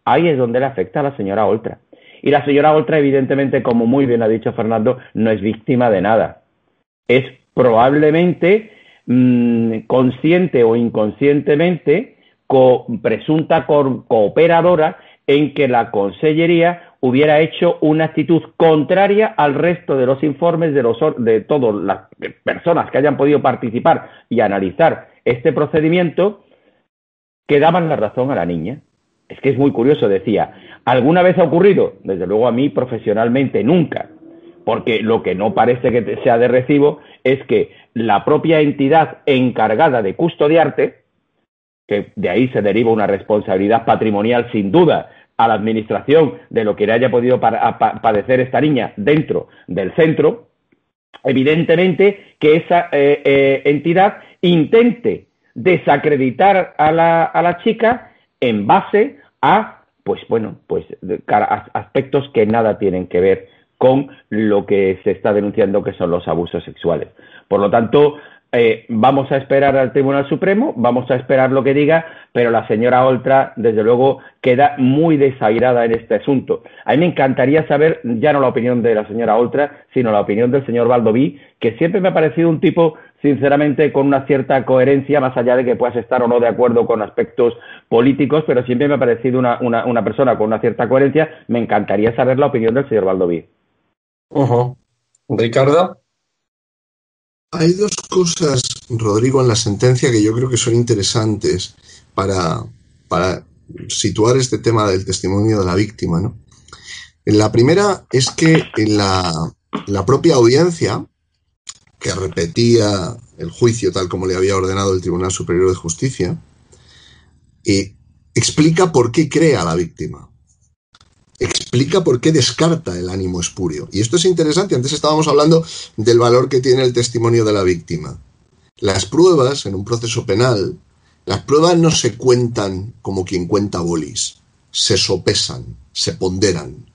[SPEAKER 2] ahí es donde le afecta a la señora Oltra. Y la señora Oltra, evidentemente, como muy bien ha dicho Fernando, no es víctima de nada. Es probablemente mmm, consciente o inconscientemente co presunta co cooperadora en que la Consellería hubiera hecho una actitud contraria al resto de los informes de, los, de todas las personas que hayan podido participar y analizar este procedimiento, que daban la razón a la niña. Es que es muy curioso, decía, ¿alguna vez ha ocurrido? Desde luego a mí profesionalmente nunca, porque lo que no parece que sea de recibo es que la propia entidad encargada de custodiarte, que de ahí se deriva una responsabilidad patrimonial sin duda a la administración de lo que le haya podido pa pa padecer esta niña dentro del centro, evidentemente que esa eh, eh, entidad intente desacreditar a la, a la chica en base a, pues bueno, pues aspectos que nada tienen que ver con lo que se está denunciando, que son los abusos sexuales. Por lo tanto, eh, vamos a esperar al Tribunal Supremo, vamos a esperar lo que diga, pero la señora Oltra, desde luego, queda muy desairada en este asunto. A mí me encantaría saber, ya no la opinión de la señora Oltra, sino la opinión del señor Baldoví, que siempre me ha parecido un tipo, sinceramente, con una cierta coherencia, más allá de que puedas estar o no de acuerdo con aspectos políticos, pero siempre me ha parecido una, una, una persona con una cierta coherencia. Me encantaría saber la opinión del señor Baldoví.
[SPEAKER 1] Uh-huh. Ricardo.
[SPEAKER 4] Hay dos cosas, Rodrigo, en la sentencia que yo creo que son interesantes para, para situar este tema del testimonio de la víctima, ¿no? La primera es que en la, la propia audiencia, que repetía el juicio tal como le había ordenado el Tribunal Superior de Justicia, eh, explica por qué cree a la víctima. Explica por qué descarta el ánimo espurio. Y esto es interesante. Antes estábamos hablando del valor que tiene el testimonio de la víctima. Las pruebas en un proceso penal, las pruebas no se cuentan como quien cuenta bolis. Se sopesan, se ponderan.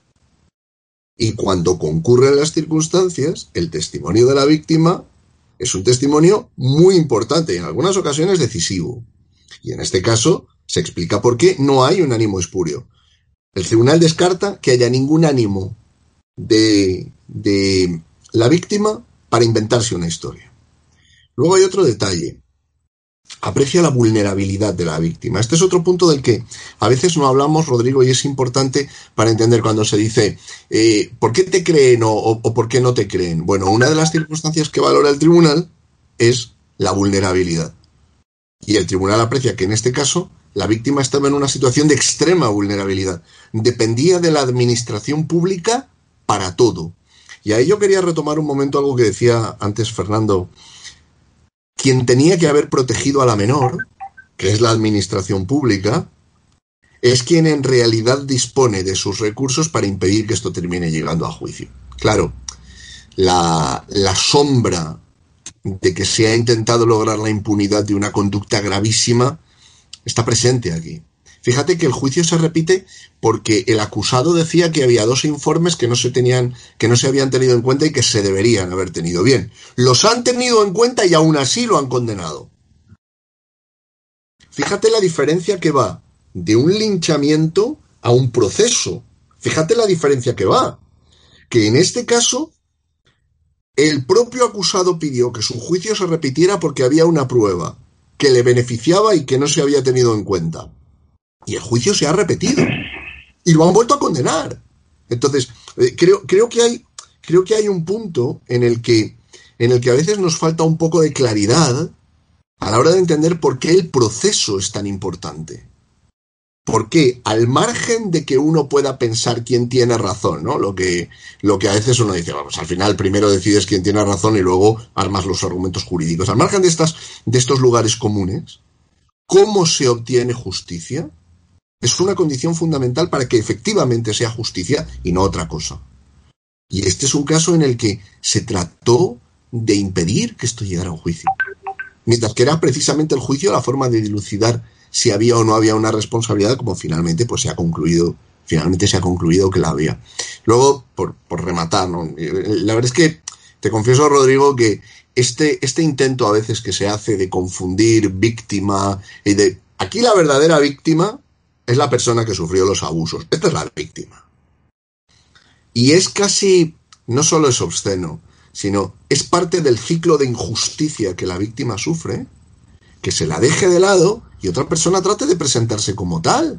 [SPEAKER 4] Y cuando concurren las circunstancias, el testimonio de la víctima es un testimonio muy importante y en algunas ocasiones decisivo. Y en este caso se explica por qué no hay un ánimo espurio. El tribunal descarta que haya ningún ánimo de, de la víctima para inventarse una historia. Luego hay otro detalle. Aprecia la vulnerabilidad de la víctima. Este es otro punto del que a veces no hablamos, Rodrigo, y es importante para entender cuando se dice eh, ¿por qué te creen o, o, o por qué no te creen? Bueno, una de las circunstancias que valora el tribunal es la vulnerabilidad. Y el tribunal aprecia que en este caso la víctima estaba en una situación de extrema vulnerabilidad. Dependía de la administración pública para todo. Y ahí yo quería retomar un momento algo que decía antes Fernando. Quien tenía que haber protegido a la menor, que es la administración pública, es quien en realidad dispone de sus recursos para impedir que esto termine llegando a juicio. Claro, la, la sombra de que se ha intentado lograr la impunidad de una conducta gravísima está presente aquí. Fíjate que el juicio se repite porque el acusado decía que había dos informes que no se tenían, que no se habían tenido en cuenta y que se deberían haber tenido. Bien, los han tenido en cuenta y aún así lo han condenado. Fíjate la diferencia que va de un linchamiento a un proceso. Fíjate la diferencia que va. Que en este caso el propio acusado pidió que su juicio se repitiera porque había una prueba que le beneficiaba y que no se había tenido en cuenta. Y el juicio se ha repetido. Y lo han vuelto a condenar. Entonces, eh, creo, creo, que hay, creo que hay un punto en el que, en el que a veces nos falta un poco de claridad a la hora de entender por qué el proceso es tan importante. Porque al margen de que uno pueda pensar quién tiene razón, ¿no? Lo que, lo que a veces uno dice, vamos, al final primero decides quién tiene razón y luego armas los argumentos jurídicos. Al margen de, estas, de estos lugares comunes, ¿cómo se obtiene justicia? Es una condición fundamental para que efectivamente sea justicia y no otra cosa. Y este es un caso en el que se trató de impedir que esto llegara a un juicio. Mientras que era precisamente el juicio la forma de dilucidar si había o no había una responsabilidad, como finalmente pues se ha concluido, finalmente se ha concluido que la había. Luego, por, por rematar, ¿no? La verdad es que te confieso, Rodrigo, que este, este intento a veces que se hace de confundir víctima y de... Aquí la verdadera víctima es la persona que sufrió los abusos. Esta es la víctima. Y es casi, no solo es obsceno, sino es parte del ciclo de injusticia que la víctima sufre, que se la deje de lado y otra persona trate de presentarse como tal.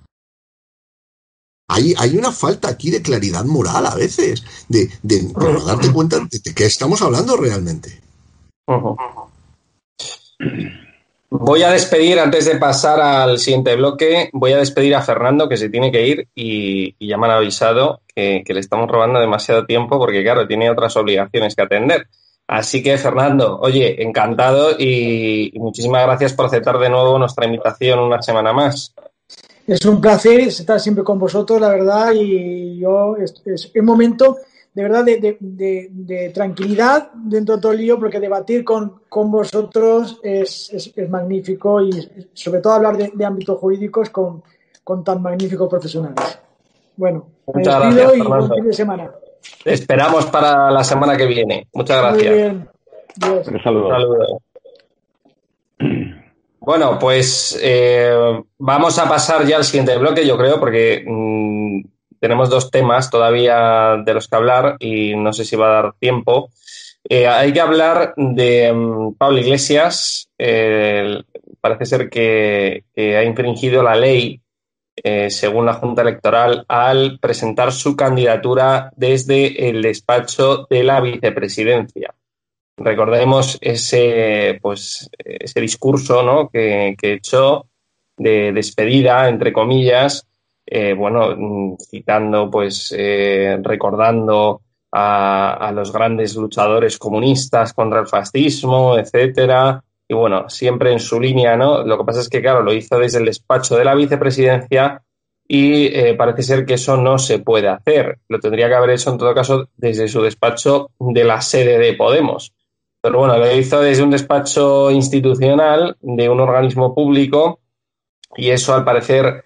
[SPEAKER 4] Hay, hay una falta aquí de claridad moral a veces, de, de, de no darte cuenta de, de qué estamos hablando realmente.
[SPEAKER 1] Uh-huh. Voy a despedir, antes de pasar al siguiente bloque, voy a despedir a Fernando, que se tiene que ir, y, y ya me han avisado que, que le estamos robando demasiado tiempo porque, claro, tiene otras obligaciones que atender. Así que, Fernando, oye, encantado y, y muchísimas gracias por aceptar de nuevo nuestra invitación una semana más.
[SPEAKER 3] Es un placer estar siempre con vosotros, la verdad, y yo es, es un momento de verdad de, de, de, de tranquilidad dentro de todo el lío, porque debatir con, con vosotros es, es, es magnífico y sobre todo hablar de, de ámbitos jurídicos con, con tan magníficos profesionales. Bueno,
[SPEAKER 1] muchas
[SPEAKER 3] me despido
[SPEAKER 1] gracias,
[SPEAKER 3] y
[SPEAKER 1] Fernando.
[SPEAKER 3] buen fin de semana.
[SPEAKER 1] Te esperamos para la semana que viene. Muchas gracias.
[SPEAKER 3] Muy bien. Dios.
[SPEAKER 2] Un saludo.
[SPEAKER 1] Un saludo. Bueno, pues eh, vamos a pasar ya al siguiente bloque, yo creo, porque mmm, tenemos dos temas todavía de los que hablar y no sé si va a dar tiempo. Eh, hay que hablar de um, Pablo Iglesias. Eh, parece ser que, que ha infringido la ley, eh, según la Junta Electoral, al presentar su candidatura desde el despacho de la vicepresidencia. Recordemos ese, pues, ese discurso, ¿no?, que, que echó de despedida, entre comillas, eh, bueno, citando, pues, eh, recordando a, a los grandes luchadores comunistas contra el fascismo, etcétera. Y bueno, siempre en su línea, ¿no? Lo que pasa es que, claro, lo hizo desde el despacho de la vicepresidencia y eh, parece ser que eso no se puede hacer. Lo tendría que haber hecho, en todo caso, desde su despacho de la sede de Podemos. Pero bueno, lo hizo desde un despacho institucional de un organismo público y eso, al parecer,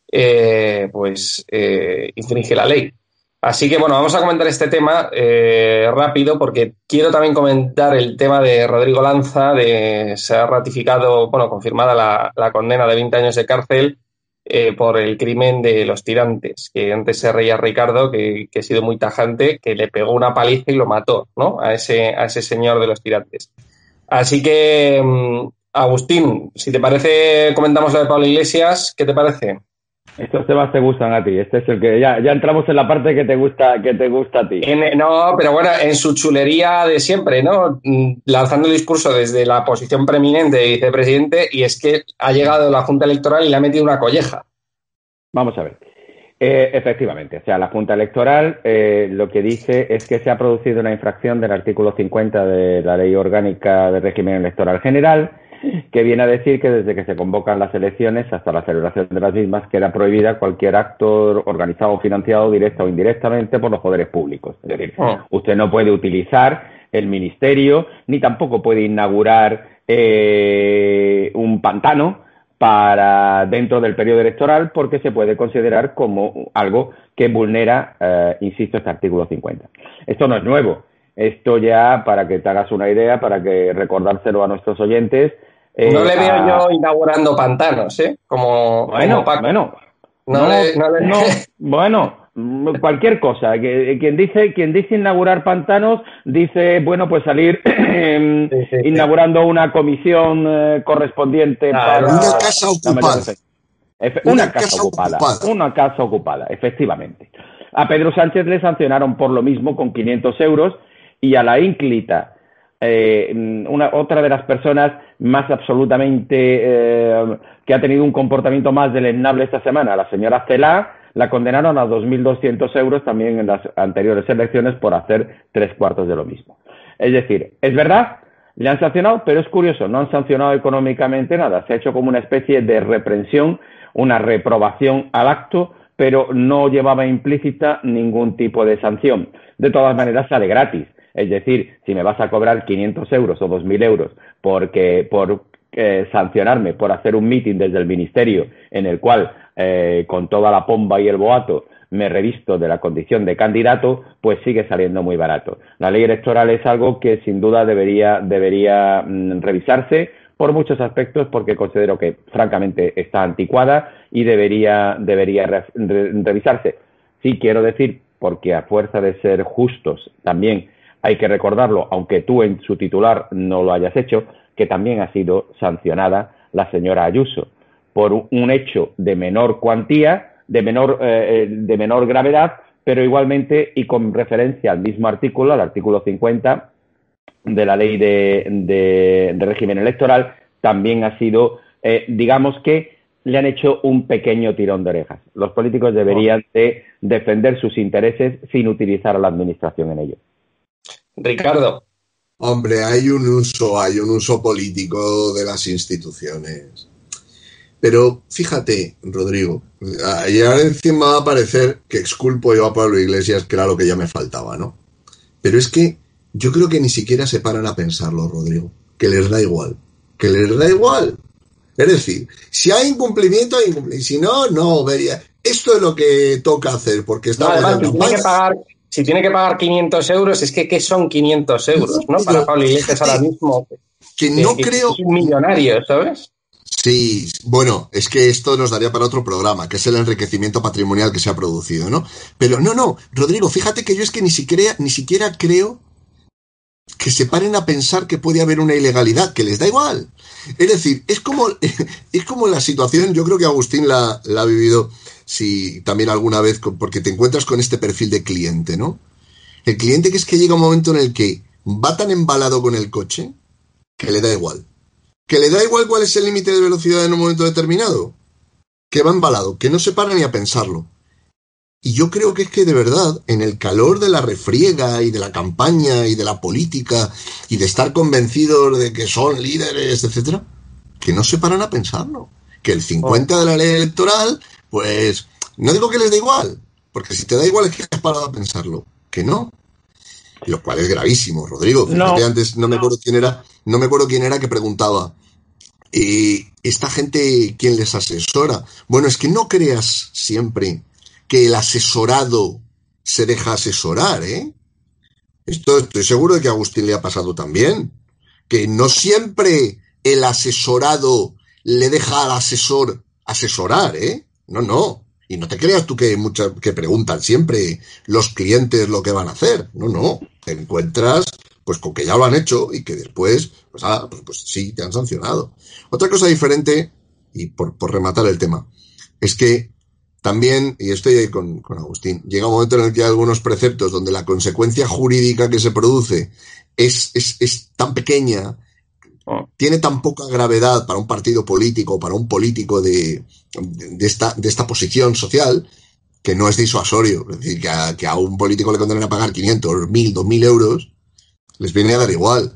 [SPEAKER 1] eh, pues eh, infringe la ley. Así que, bueno, vamos a comentar este tema eh, rápido, porque quiero también comentar el tema de Rodrigo Lanza. De, se ha ratificado, bueno, confirmada la, la condena de veinte años de cárcel eh, por el crimen de los tirantes, que antes se reía Ricardo, que, que ha sido muy tajante, que le pegó una paliza y lo mató, ¿no?, a ese, a ese señor de los tirantes. Así que, Agustín, si te parece, comentamos lo de Pablo Iglesias. ¿Qué te parece?
[SPEAKER 2] Estos temas te gustan a ti. Este es el que ya, ya entramos en la parte que te gusta, que te gusta a ti.
[SPEAKER 1] En, no, pero bueno, en su chulería de siempre, ¿no? Lanzando el discurso desde la posición preeminente de vicepresidente, y es que ha llegado la Junta Electoral y le ha metido una colleja.
[SPEAKER 2] Vamos a ver. Eh, efectivamente, o sea, la Junta Electoral eh, lo que dice es que se ha producido una infracción del artículo cincuenta de la Ley Orgánica del Régimen Electoral General, que viene a decir que desde que se convocan las elecciones hasta la celebración de las mismas queda prohibida cualquier acto organizado o financiado directa o indirectamente por los poderes públicos. Es decir, oh. usted no puede utilizar el ministerio ni tampoco puede inaugurar eh, un pantano para dentro del periodo electoral, porque se puede considerar como algo que vulnera, eh, insisto, este artículo cincuenta. Esto no es nuevo. Esto ya, para que te hagas una idea, para que recordárselo a nuestros oyentes.
[SPEAKER 1] Eh, no le veo a... yo inaugurando pantanos, ¿eh? Como,
[SPEAKER 2] bueno,
[SPEAKER 1] como Paco.
[SPEAKER 2] Bueno,
[SPEAKER 1] no,
[SPEAKER 2] no,
[SPEAKER 1] le, no, le...
[SPEAKER 2] no, bueno, cualquier cosa. Quien dice, quien dice inaugurar pantanos, dice, bueno, pues salir eh, sí, sí, inaugurando sí. una comisión eh, correspondiente
[SPEAKER 4] ah,
[SPEAKER 2] para...
[SPEAKER 4] Una casa ocupada.
[SPEAKER 2] Efe, una, una casa, casa ocupada, ocupada. Una casa ocupada, efectivamente. A Pedro Sánchez le sancionaron por lo mismo con quinientos euros, y a la ínclita, eh, una, otra de las personas más absolutamente eh, que ha tenido un comportamiento más deleznable esta semana, la señora Celá, la condenaron a dos mil doscientos euros también en las anteriores elecciones por hacer tres cuartos de lo mismo. Es decir, es verdad, le han sancionado, pero es curioso, no han sancionado económicamente nada, se ha hecho como una especie de reprensión, una reprobación al acto, pero no llevaba implícita ningún tipo de sanción. De todas maneras, sale gratis. Es decir, si me vas a cobrar quinientos euros o dos mil euros porque, por eh, sancionarme por hacer un meeting desde el ministerio en el cual, eh, con toda la pompa y el boato, me revisto de la condición de candidato, pues sigue saliendo muy barato. La ley electoral es algo que sin duda debería, debería mm, revisarse, por muchos aspectos, porque considero que, francamente, está anticuada y debería, debería re, re, revisarse. Sí, quiero decir, porque a fuerza de ser justos, también hay que recordarlo, aunque tú en su titular no lo hayas hecho, que también ha sido sancionada la señora Ayuso por un hecho de menor cuantía, de menor, eh, de menor gravedad, pero igualmente y con referencia al mismo artículo, al artículo cincuenta de la ley de, de, de régimen electoral, también ha sido, eh, digamos que le han hecho un pequeño tirón de orejas. Los políticos deberían de defender sus intereses sin utilizar a la administración en ello.
[SPEAKER 1] Ricardo.
[SPEAKER 4] Hombre, hay un uso, hay un uso político de las instituciones. Pero fíjate, Rodrigo, y ahora encima va a parecer que exculpo yo a Pablo Iglesias, que era lo que ya me faltaba, ¿no? Pero es que yo creo que ni siquiera se paran a pensarlo, Rodrigo, que les da igual, que les da igual. Es decir, si hay incumplimiento, hay incumplimiento, si no, no, vería. Esto es lo que toca hacer, porque estamos
[SPEAKER 1] no, además,
[SPEAKER 4] en
[SPEAKER 1] si tiene que pagar, si tiene que pagar quinientos euros, es que ¿qué son quinientos euros, no? Para Pablo Iglesias ahora mismo,
[SPEAKER 4] que no
[SPEAKER 1] que,
[SPEAKER 4] creo...
[SPEAKER 1] que es un millonario, ¿sabes?
[SPEAKER 4] Sí, bueno, es que esto nos daría para otro programa, que es el enriquecimiento patrimonial que se ha producido, ¿no? Pero no, no, Rodrigo, fíjate que yo es que ni siquiera, ni siquiera creo que se paren a pensar que puede haber una ilegalidad, que les da igual. Es decir, es como, es como la situación, yo creo que Agustín la, la ha vivido, si también alguna vez, porque te encuentras con este perfil de cliente, ¿no? El cliente que es que llega un momento en el que va tan embalado con el coche que le da igual. Que le da igual cuál es el límite de velocidad en un momento determinado. Que va embalado, que no se para ni a pensarlo. Y yo creo que es que de verdad, en el calor de la refriega y de la campaña y de la política y de estar convencidos de que son líderes, etcétera, que no se paran a pensarlo. Que el cincuenta de la ley electoral, pues, no digo que les dé igual, porque si te da igual es que has parado a pensarlo. Que no. Lo cual es gravísimo, Rodrigo. Fíjate, no, antes no me acuerdo quién era, no me acuerdo quién era que preguntaba, eh, ¿esta gente quién les asesora? Bueno, es que no creas siempre que el asesorado se deja asesorar, ¿eh? Esto estoy seguro de que a Agustín le ha pasado también. Que no siempre el asesorado le deja al asesor asesorar, ¿eh? No, no. Y no te creas tú que muchas que preguntan siempre los clientes lo que van a hacer. No, no. Te encuentras pues con que ya lo han hecho y que después, pues, ah, pues, pues sí, te han sancionado. Otra cosa diferente, y por, por rematar el tema, es que también, y estoy ahí con, con Agustín, llega un momento en el que hay algunos preceptos donde la consecuencia jurídica que se produce es, es, es tan pequeña, tiene tan poca gravedad para un partido político, para un político de, de, de, esta, de esta posición social, que no es disuasorio. Es decir, que a, que a un político le condenen a pagar quinientos, mil, dos mil euros, les viene a dar igual.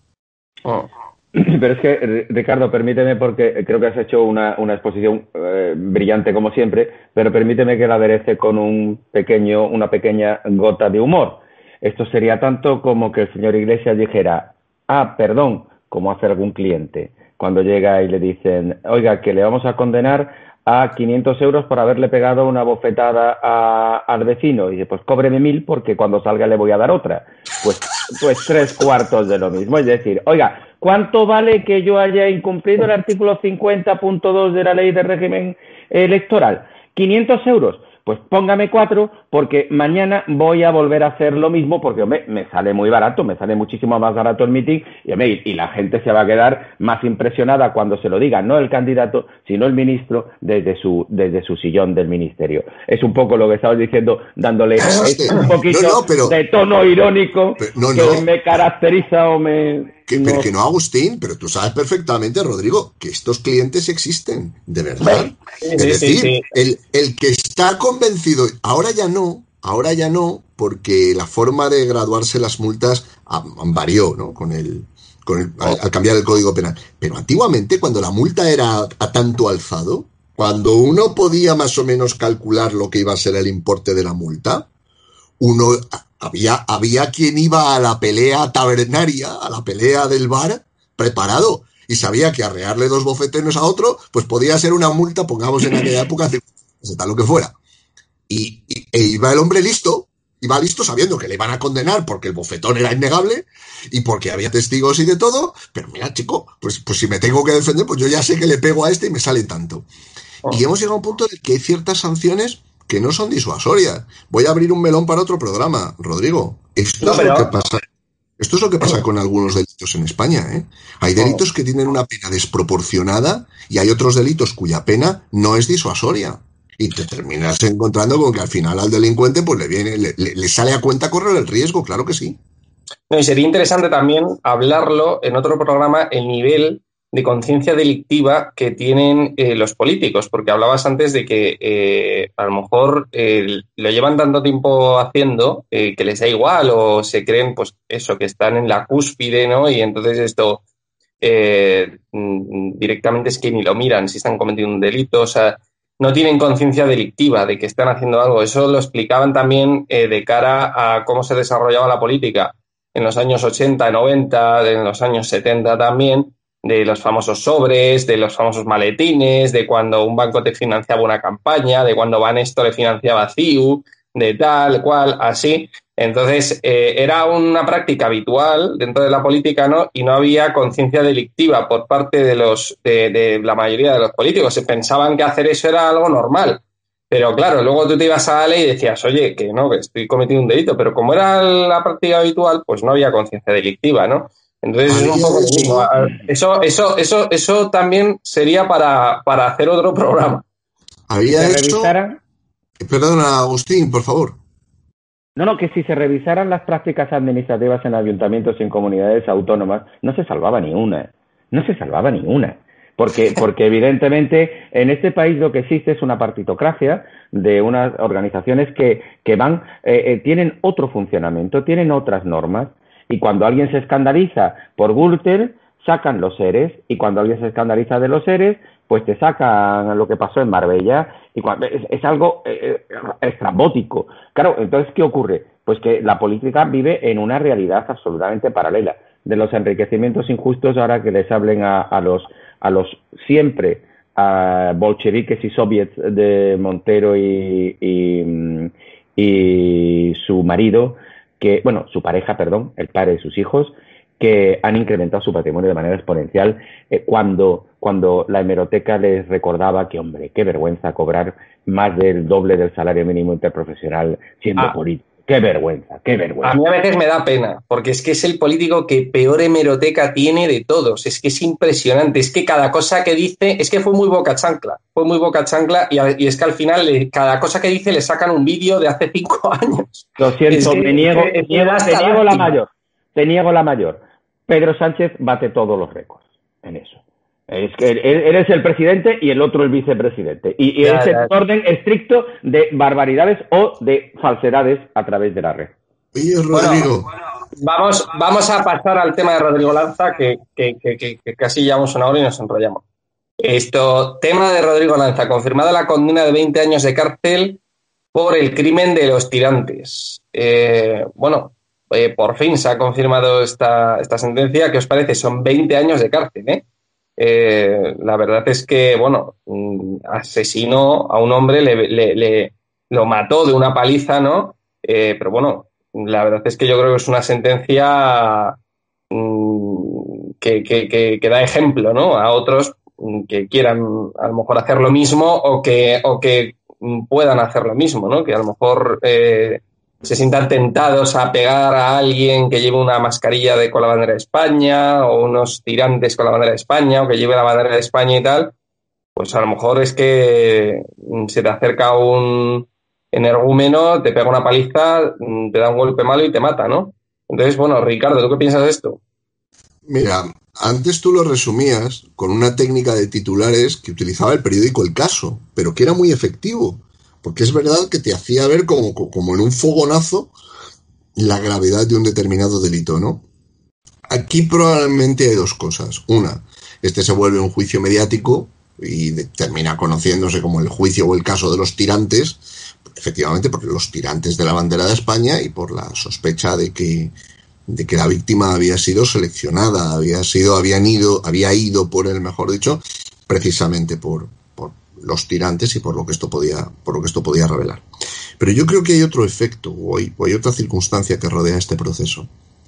[SPEAKER 2] Oh. Pero es que, Ricardo, permíteme, porque creo que has hecho una, una exposición eh, brillante como siempre, pero permíteme que la aderece con un pequeño, una pequeña gota de humor. Esto sería tanto como que el señor Iglesias dijera, ah, perdón, como hace algún cliente, cuando llega y le dicen, oiga, que le vamos a condenar a quinientos euros por haberle pegado una bofetada a, al vecino. Y dice, pues cóbreme mil porque cuando salga le voy a dar otra. Pues, pues tres cuartos de lo mismo. Es decir, oiga, ¿cuánto vale que yo haya incumplido el artículo cincuenta punto dos de la ley de régimen electoral? ¿quinientos euros? Pues póngame cuatro porque mañana voy a volver a hacer lo mismo porque, hombre, me sale muy barato, me sale muchísimo más barato el meeting y, hombre, y la gente se va a quedar más impresionada cuando se lo diga, no el candidato, sino el ministro desde su, desde su sillón del ministerio. Es un poco lo que estabas diciendo, dándole un poquito no, no, pero, de tono irónico pero, no, que no. me caracteriza o me...
[SPEAKER 4] Que, pero no. que no, Agustín, pero tú sabes perfectamente, Rodrigo, que estos clientes existen, de verdad. Sí, es decir, sí, sí. El, el que está convencido, ahora ya no, ahora ya no, porque la forma de graduarse las multas varió, ¿no? Con el, con el, al, al cambiar el Código Penal. Pero antiguamente, cuando la multa era a tanto alzado, cuando uno podía más o menos calcular lo que iba a ser el importe de la multa, uno... Había, había quien iba a la pelea tabernaria, a la pelea del bar, preparado, y sabía que arrearle dos bofetones a otro, pues podía ser una multa, pongamos en aquella época, tal lo que fuera. Y, y e iba el hombre listo, iba listo sabiendo que le iban a condenar porque el bofetón era innegable y porque había testigos y de todo, pero mira, chico, pues, pues si me tengo que defender, pues yo ya sé que le pego a este y me sale tanto. Oh. Y hemos llegado a un punto en el que hay ciertas sanciones que no son disuasorias. Voy a abrir un melón para otro programa, Rodrigo. Esto no, es pero... lo que pasa. Esto es lo que pasa con algunos delitos en España, ¿eh? Hay delitos que tienen una pena desproporcionada y hay otros delitos cuya pena no es disuasoria. Y te terminas encontrando con que al final al delincuente pues le viene, le, le sale a cuenta correr el riesgo, claro que sí.
[SPEAKER 1] No, y sería interesante también hablarlo en otro programa, el nivel de conciencia delictiva que tienen eh, los políticos, porque hablabas antes de que eh, a lo mejor eh, lo llevan tanto tiempo haciendo eh, que les da igual o se creen, pues eso, que están en la cúspide, ¿no? Y entonces esto eh, directamente es que ni lo miran si están cometiendo un delito, o sea, no tienen conciencia delictiva de que están haciendo algo. Eso lo explicaban también eh, de cara a cómo se desarrollaba la política en los años ochenta, noventa, en los años setenta también, de los famosos sobres, de los famosos maletines, de cuando un banco te financiaba una campaña, de cuando Banesto le financiaba a C I U, de tal, cual, así. Entonces, eh, era una práctica habitual dentro de la política, ¿no? Y no había conciencia delictiva por parte de los de, de la mayoría de los políticos. Se pensaban que hacer eso era algo normal. Pero claro, luego tú te ibas a la ley y decías, oye, que no, que estoy cometiendo un delito. Pero como era la práctica habitual, pues no había conciencia delictiva, ¿no? Entonces es un poco lo mismo. Eso, eso, eso, eso también sería para, para hacer otro programa.
[SPEAKER 4] Había hecho... Perdona, Agustín, por favor.
[SPEAKER 2] No, no, que si se revisaran las prácticas administrativas en ayuntamientos y en comunidades autónomas, no se salvaba ni una. No se salvaba ni una. Porque, porque evidentemente en este país lo que existe es una partitocracia de unas organizaciones que, que van, eh, eh, tienen otro funcionamiento, tienen otras normas. Y cuando alguien se escandaliza por Gürtel, sacan los seres. Y cuando alguien se escandaliza de los seres, pues te sacan lo que pasó en Marbella. Y cuando, es, es algo eh, estrambótico. Claro, entonces, ¿qué ocurre? Pues que la política vive en una realidad absolutamente paralela. De los enriquecimientos injustos, ahora que les hablen a, a los a los siempre a bolcheviques y soviets de Montero y, y, y su marido, que, bueno, su pareja, perdón, el padre de sus hijos, que han incrementado su patrimonio de manera exponencial eh, cuando, cuando la hemeroteca les recordaba que, hombre, qué vergüenza cobrar más del doble del salario mínimo interprofesional siendo ah. político. Qué vergüenza, qué vergüenza.
[SPEAKER 1] A mí a veces me da pena, porque es que es el político que peor hemeroteca tiene de todos. Es que es impresionante, es que cada cosa que dice, es que fue muy boca chancla, fue muy boca chancla y, a, y es que al final le, cada cosa que dice le sacan un vídeo de hace cinco años.
[SPEAKER 2] Lo siento, es que, me niego, es que, niego, te niego la mayor, te niego la mayor. Pedro Sánchez bate todos los récords en eso. Es que eres el presidente y el otro el vicepresidente. Y, y ya, es el orden estricto de barbaridades o de falsedades a través de la red.
[SPEAKER 4] Oye, Rodrigo.
[SPEAKER 1] Bueno, bueno, vamos, vamos a pasar al tema de Rodrigo Lanza, que, que, que, que, que casi llevamos una hora y nos enrollamos. Esto, tema de Rodrigo Lanza, confirmada la condena de veinte años de cárcel por el crimen de los tirantes. Eh, bueno, eh, por fin se ha confirmado esta, esta sentencia. ¿Qué os parece? Son veinte años de cárcel, ¿eh? Eh, la verdad es que, bueno, asesinó a un hombre, le, le, le lo mató de una paliza, ¿no? Eh, pero bueno, la verdad es que yo creo que es una sentencia mmm, que, que, que, que da ejemplo, ¿no? A otros que quieran a lo mejor hacer lo mismo o que, o que puedan hacer lo mismo, ¿no? Que a lo mejor eh, se sientan tentados a pegar a alguien que lleve una mascarilla de, con la bandera de España o unos tirantes con la bandera de España o que lleve la bandera de España y tal, pues a lo mejor es que se te acerca un energúmeno, te pega una paliza, te da un golpe malo y te mata, ¿no? Entonces, bueno, Ricardo, ¿tú qué piensas de esto?
[SPEAKER 4] Mira, antes tú lo resumías con una técnica de titulares que utilizaba el periódico El Caso, pero que era muy efectivo. Porque es verdad que te hacía ver como, como en un fogonazo la gravedad de un determinado delito, ¿no? Aquí probablemente hay dos cosas. Una, este se vuelve un juicio mediático y de, termina conociéndose como el juicio o el caso de los tirantes, efectivamente porque los tirantes de la bandera de España y por la sospecha de que, de que la víctima había sido seleccionada, había sido, habían ido, había ido por él, mejor dicho, precisamente por... los tirantes y por lo que esto podía por lo que esto podía revelar. Pero yo creo que hay otro efecto o hay, o hay otra circunstancia que rodea este proceso.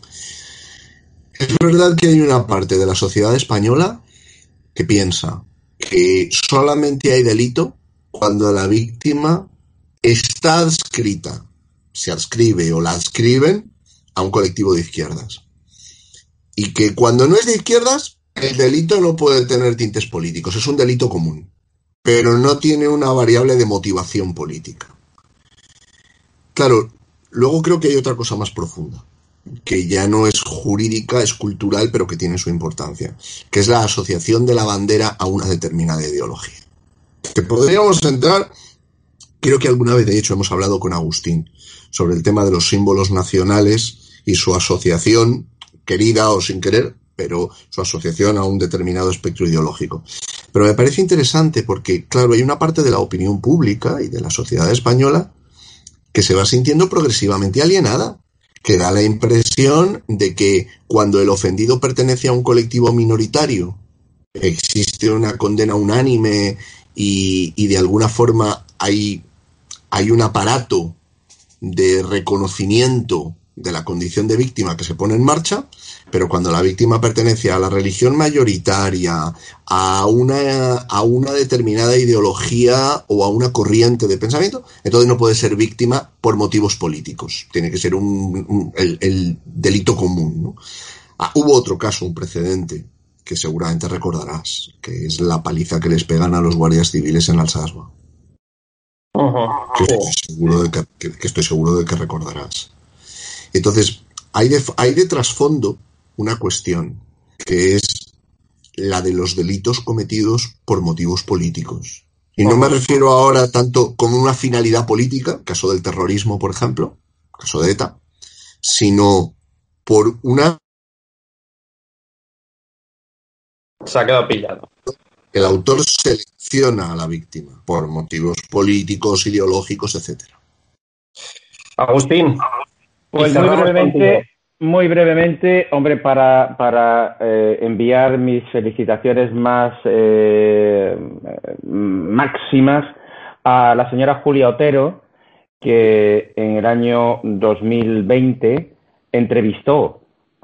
[SPEAKER 4] Es verdad que hay una parte de la sociedad española que piensa que solamente hay delito cuando la víctima está adscrita, se adscribe o la adscriben a un colectivo de izquierdas. Y que cuando no es de izquierdas, el delito no puede tener tintes políticos, es un delito común, pero no tiene una variable de motivación política. Claro, luego creo que hay otra cosa más profunda, que ya no es jurídica, es cultural, pero que tiene su importancia, que es la asociación de la bandera a una determinada ideología. Que podríamos entrar, creo que alguna vez de hecho hemos hablado con Agustín sobre el tema de los símbolos nacionales y su asociación, querida o sin querer, pero su asociación a un determinado espectro ideológico. Pero me parece interesante porque, claro, hay una parte de la opinión pública y de la sociedad española que se va sintiendo progresivamente alienada, que da la impresión de que cuando el ofendido pertenece a un colectivo minoritario, existe una condena unánime y, y de alguna forma hay, hay un aparato de reconocimiento de la condición de víctima que se pone en marcha, pero cuando la víctima pertenece a la religión mayoritaria, a una, a una determinada ideología o a una corriente de pensamiento, entonces no puede ser víctima por motivos políticos. Tiene que ser un, un, el, el delito común, ¿no? Ah, hubo otro caso, un precedente, que seguramente recordarás, que es la paliza que les pegan a los guardias civiles en Alsasua. Uh-huh. Que estoy seguro de que, que, que estoy seguro de que recordarás. Entonces, hay de, hay de trasfondo una cuestión, que es la de los delitos cometidos por motivos políticos. Y no me refiero ahora tanto como una finalidad política, caso del terrorismo, por ejemplo, caso de ETA, sino por una...
[SPEAKER 1] Se ha quedado pillado.
[SPEAKER 4] El autor selecciona a la víctima por motivos políticos, ideológicos, etcétera.
[SPEAKER 1] Agustín.
[SPEAKER 2] Pues muy brevemente, muy brevemente, hombre, para, para eh, enviar mis felicitaciones más eh, máximas a la señora Julia Otero, que en el año dos mil veinte entrevistó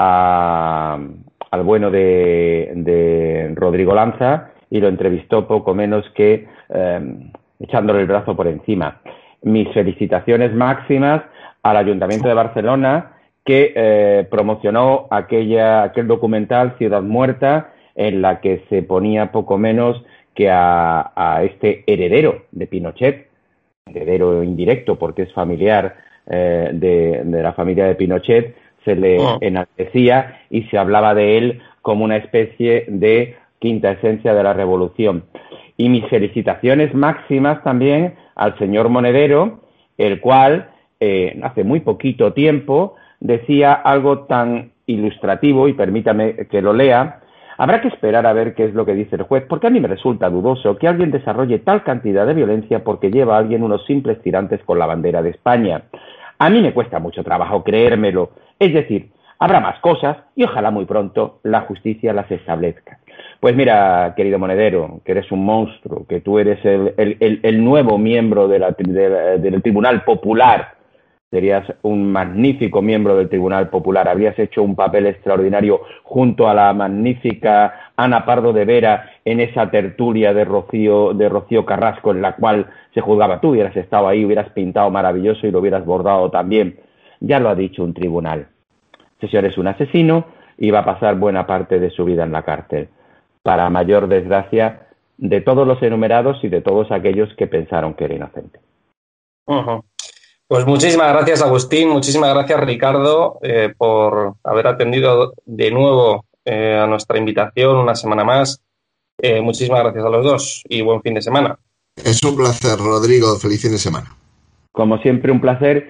[SPEAKER 2] a, al bueno de, de Rodrigo Lanza y lo entrevistó poco menos que eh, echándole el brazo por encima. Mis felicitaciones máximas al Ayuntamiento de Barcelona, que eh, promocionó aquella, aquel documental Ciudad Muerta, en la que se ponía poco menos que a, a este heredero de Pinochet, heredero indirecto porque es familiar eh, de, de la familia de Pinochet, se le oh. enaltecía y se hablaba de él como una especie de quinta esencia de la revolución. Y mis felicitaciones máximas también al señor Monedero, el cual Eh, hace muy poquito tiempo decía algo tan ilustrativo, y permítame que lo lea. Habrá que esperar a ver qué es lo que dice el juez, porque a mí me resulta dudoso que alguien desarrolle tal cantidad de violencia porque lleva a alguien unos simples tirantes con la bandera de España. A mí me cuesta mucho trabajo creérmelo. Es decir, habrá más cosas y ojalá muy pronto la justicia las establezca. Pues mira, querido Monedero, que eres un monstruo, que tú eres el, el, el, el nuevo miembro de la, de, del Tribunal Popular. Serías un magnífico miembro del Tribunal Popular. Habrías hecho un papel extraordinario junto a la magnífica Ana Pardo de Vera en esa tertulia de Rocío, de Rocío Carrasco en la cual se juzgaba. Tú hubieras estado ahí, hubieras pintado maravilloso y lo hubieras bordado también. Ya lo ha dicho un tribunal. Ese señor es un asesino y va a pasar buena parte de su vida en la cárcel. Para mayor desgracia de todos los enumerados y de todos aquellos que pensaron que era inocente.
[SPEAKER 1] Uh-huh. Pues muchísimas gracias, Agustín, muchísimas gracias, Ricardo, eh, por haber atendido de nuevo eh, a nuestra invitación una semana más. Eh, muchísimas gracias a los dos y buen fin de semana.
[SPEAKER 4] Es un placer, Rodrigo. Feliz fin de semana.
[SPEAKER 2] Como siempre, un placer.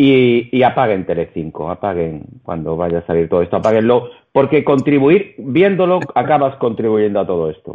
[SPEAKER 2] Y, y apaguen Telecinco, apaguen cuando vaya a salir todo esto, apáguenlo, porque contribuir, viéndolo, acabas contribuyendo a todo esto.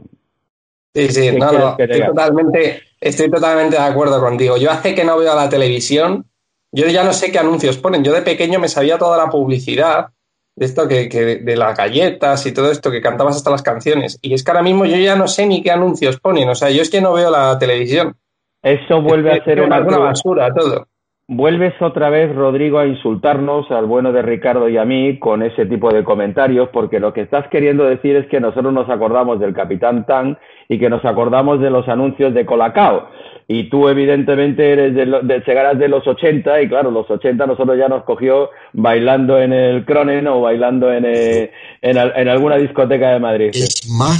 [SPEAKER 1] Sí, sí, no, no, estoy totalmente, estoy totalmente de acuerdo contigo. Yo hace que no veo la televisión. Yo ya no sé qué anuncios ponen. Yo de pequeño me sabía toda la publicidad de esto que, que de las galletas y todo esto, que cantabas hasta las canciones. Y es que ahora mismo yo ya no sé ni qué anuncios ponen. O sea, yo es que no veo la televisión.
[SPEAKER 2] Eso vuelve es, a ser una,
[SPEAKER 1] una basura todo.
[SPEAKER 2] vuelves otra vez, Rodrigo, a insultarnos al bueno de Ricardo y a mí con ese tipo de comentarios, porque lo que estás queriendo decir es que nosotros nos acordamos del Capitán Tan y que nos acordamos de los anuncios de Colacao. Y tú, evidentemente, eres de, lo, de llegarás de los ochenta, y claro, los ochenta nosotros ya nos cogió bailando en el Cronen o bailando en, eh, en, en alguna discoteca de Madrid.
[SPEAKER 4] Es más,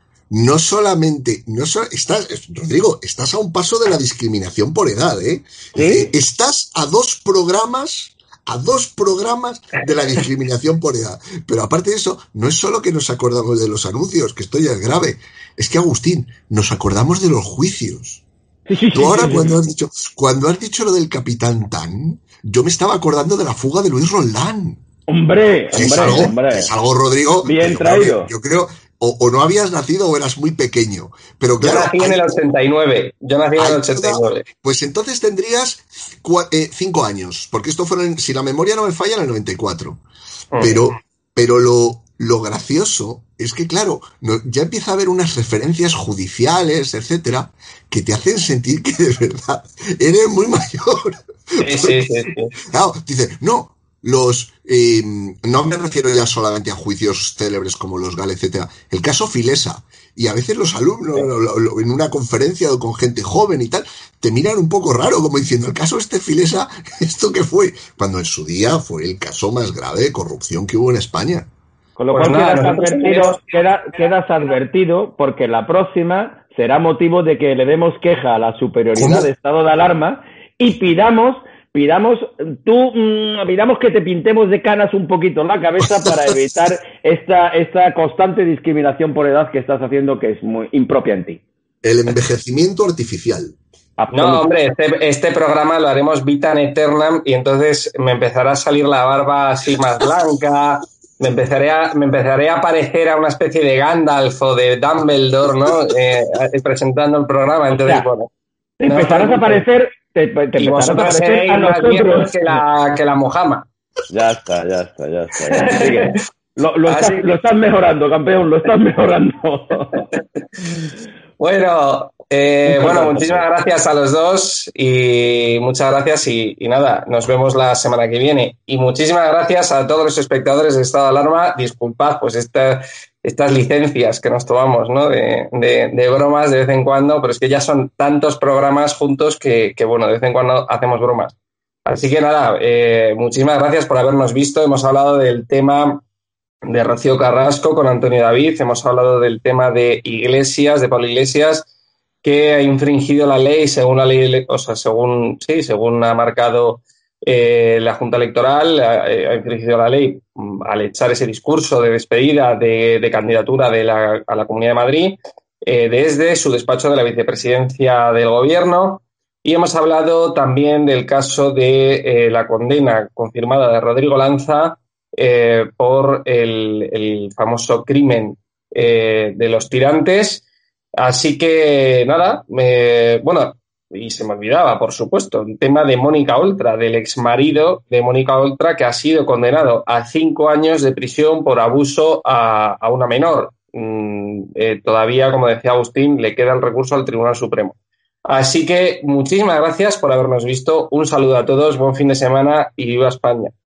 [SPEAKER 4] no solamente, no so, estás, Rodrigo, estás a un paso de la discriminación por edad, ¿eh?
[SPEAKER 2] ¿Sí?
[SPEAKER 4] Estás a dos programas, a dos programas de la discriminación por edad. Pero aparte de eso, no es solo que nos acordamos de los anuncios, que esto ya es grave. Es que, Agustín, nos acordamos de los juicios.
[SPEAKER 2] Sí, sí,
[SPEAKER 4] Tú
[SPEAKER 2] sí,
[SPEAKER 4] ahora
[SPEAKER 2] sí, sí.
[SPEAKER 4] cuando has dicho, cuando has dicho lo del Capitán Tan, yo me estaba acordando de la fuga de Luis Roldán.
[SPEAKER 2] Hombre,
[SPEAKER 4] Es
[SPEAKER 2] hombre,
[SPEAKER 4] algo,
[SPEAKER 2] hombre.
[SPEAKER 4] es algo, Rodrigo.
[SPEAKER 2] Bien
[SPEAKER 4] yo
[SPEAKER 2] traído.
[SPEAKER 4] Creo que, yo creo, o, o no habías nacido o eras muy pequeño. Pero claro.
[SPEAKER 1] Yo nací en el ochenta y nueve. Yo nací en el ochenta y nueve.
[SPEAKER 4] Pues entonces tendrías cua, eh, cinco años, porque esto fue, en, si la memoria no me falla, en el noventa y cuatro. Mm. Pero, pero lo, lo gracioso es que, claro, no, ya empieza a haber unas referencias judiciales, etcétera, que te hacen sentir que de verdad eres muy mayor.
[SPEAKER 1] Sí, sí, sí, sí.
[SPEAKER 4] Claro, dice, no, los, eh, no me refiero ya solamente a juicios célebres como los Gale, etcétera, el caso Filesa, y a veces los alumnos lo, lo, lo, en una conferencia o con gente joven y tal, te miran un poco raro, como diciendo, el caso este Filesa, ¿esto qué fue? Cuando en su día fue el caso más grave de corrupción que hubo en España.
[SPEAKER 2] Con lo
[SPEAKER 1] pues
[SPEAKER 2] cual
[SPEAKER 1] nada,
[SPEAKER 2] quedas, advertido,
[SPEAKER 1] tenemos...
[SPEAKER 2] queda, quedas advertido porque la próxima será motivo de que le demos queja a la superioridad
[SPEAKER 4] ¿Cómo?
[SPEAKER 2] de estado de alarma y pidamos, pidamos, tú, mmm, pidamos que te pintemos de canas un poquito la cabeza para evitar esta, esta constante discriminación por edad que estás haciendo, que es muy impropia en ti.
[SPEAKER 4] El envejecimiento artificial.
[SPEAKER 1] No, hombre, este, este programa lo haremos vitam aeternam y entonces me empezará a salir la barba así más blanca, me empezaré a, me empezaré a parecer a una especie de Gandalf o de Dumbledore, ¿no? Eh, presentando el programa, entonces,
[SPEAKER 2] o sea,
[SPEAKER 1] bueno.
[SPEAKER 2] Te no, empezarás no, a parecer, te, te
[SPEAKER 1] y
[SPEAKER 2] empezarás a parecer a
[SPEAKER 1] nosotros. Que la, que la Mojama.
[SPEAKER 2] Ya está, ya está, ya está. Ya. Sigue. Lo, lo, estás, lo estás mejorando, campeón, lo estás mejorando.
[SPEAKER 1] Bueno, eh, bueno, muchísimas gracias a los dos y muchas gracias y, y nada, nos vemos la semana que viene. Y muchísimas gracias a todos los espectadores de Estado de Alarma. Disculpad, pues esta, estas licencias que nos tomamos, ¿no? De, de, de bromas de vez en cuando, pero es que ya son tantos programas juntos que, que bueno, de vez en cuando hacemos bromas. Así que nada, eh, muchísimas gracias por habernos visto. Hemos hablado del tema de Rocío Carrasco con Antonio David, hemos hablado del tema de Iglesias, de Pablo Iglesias, que ha infringido la ley según la ley, o sea, según, sí, según ha marcado eh, la Junta Electoral, ha, ha infringido la ley al echar ese discurso de despedida de, de candidatura de la, a la Comunidad de Madrid eh, desde su despacho de la vicepresidencia del Gobierno. Y hemos hablado también del caso de eh, la condena confirmada de Rodrigo Lanza Eh, por el, el famoso crimen eh, de los tirantes. Así que nada, eh, bueno, y se me olvidaba, por supuesto, el tema de Mónica Oltra, del exmarido de Mónica Oltra, que ha sido condenado a cinco años de prisión por abuso a, a una menor. Mm, eh, todavía, como decía Agustín, le queda el recurso al Tribunal Supremo. Así que muchísimas gracias por habernos visto. Un saludo a todos, buen fin de semana y viva España.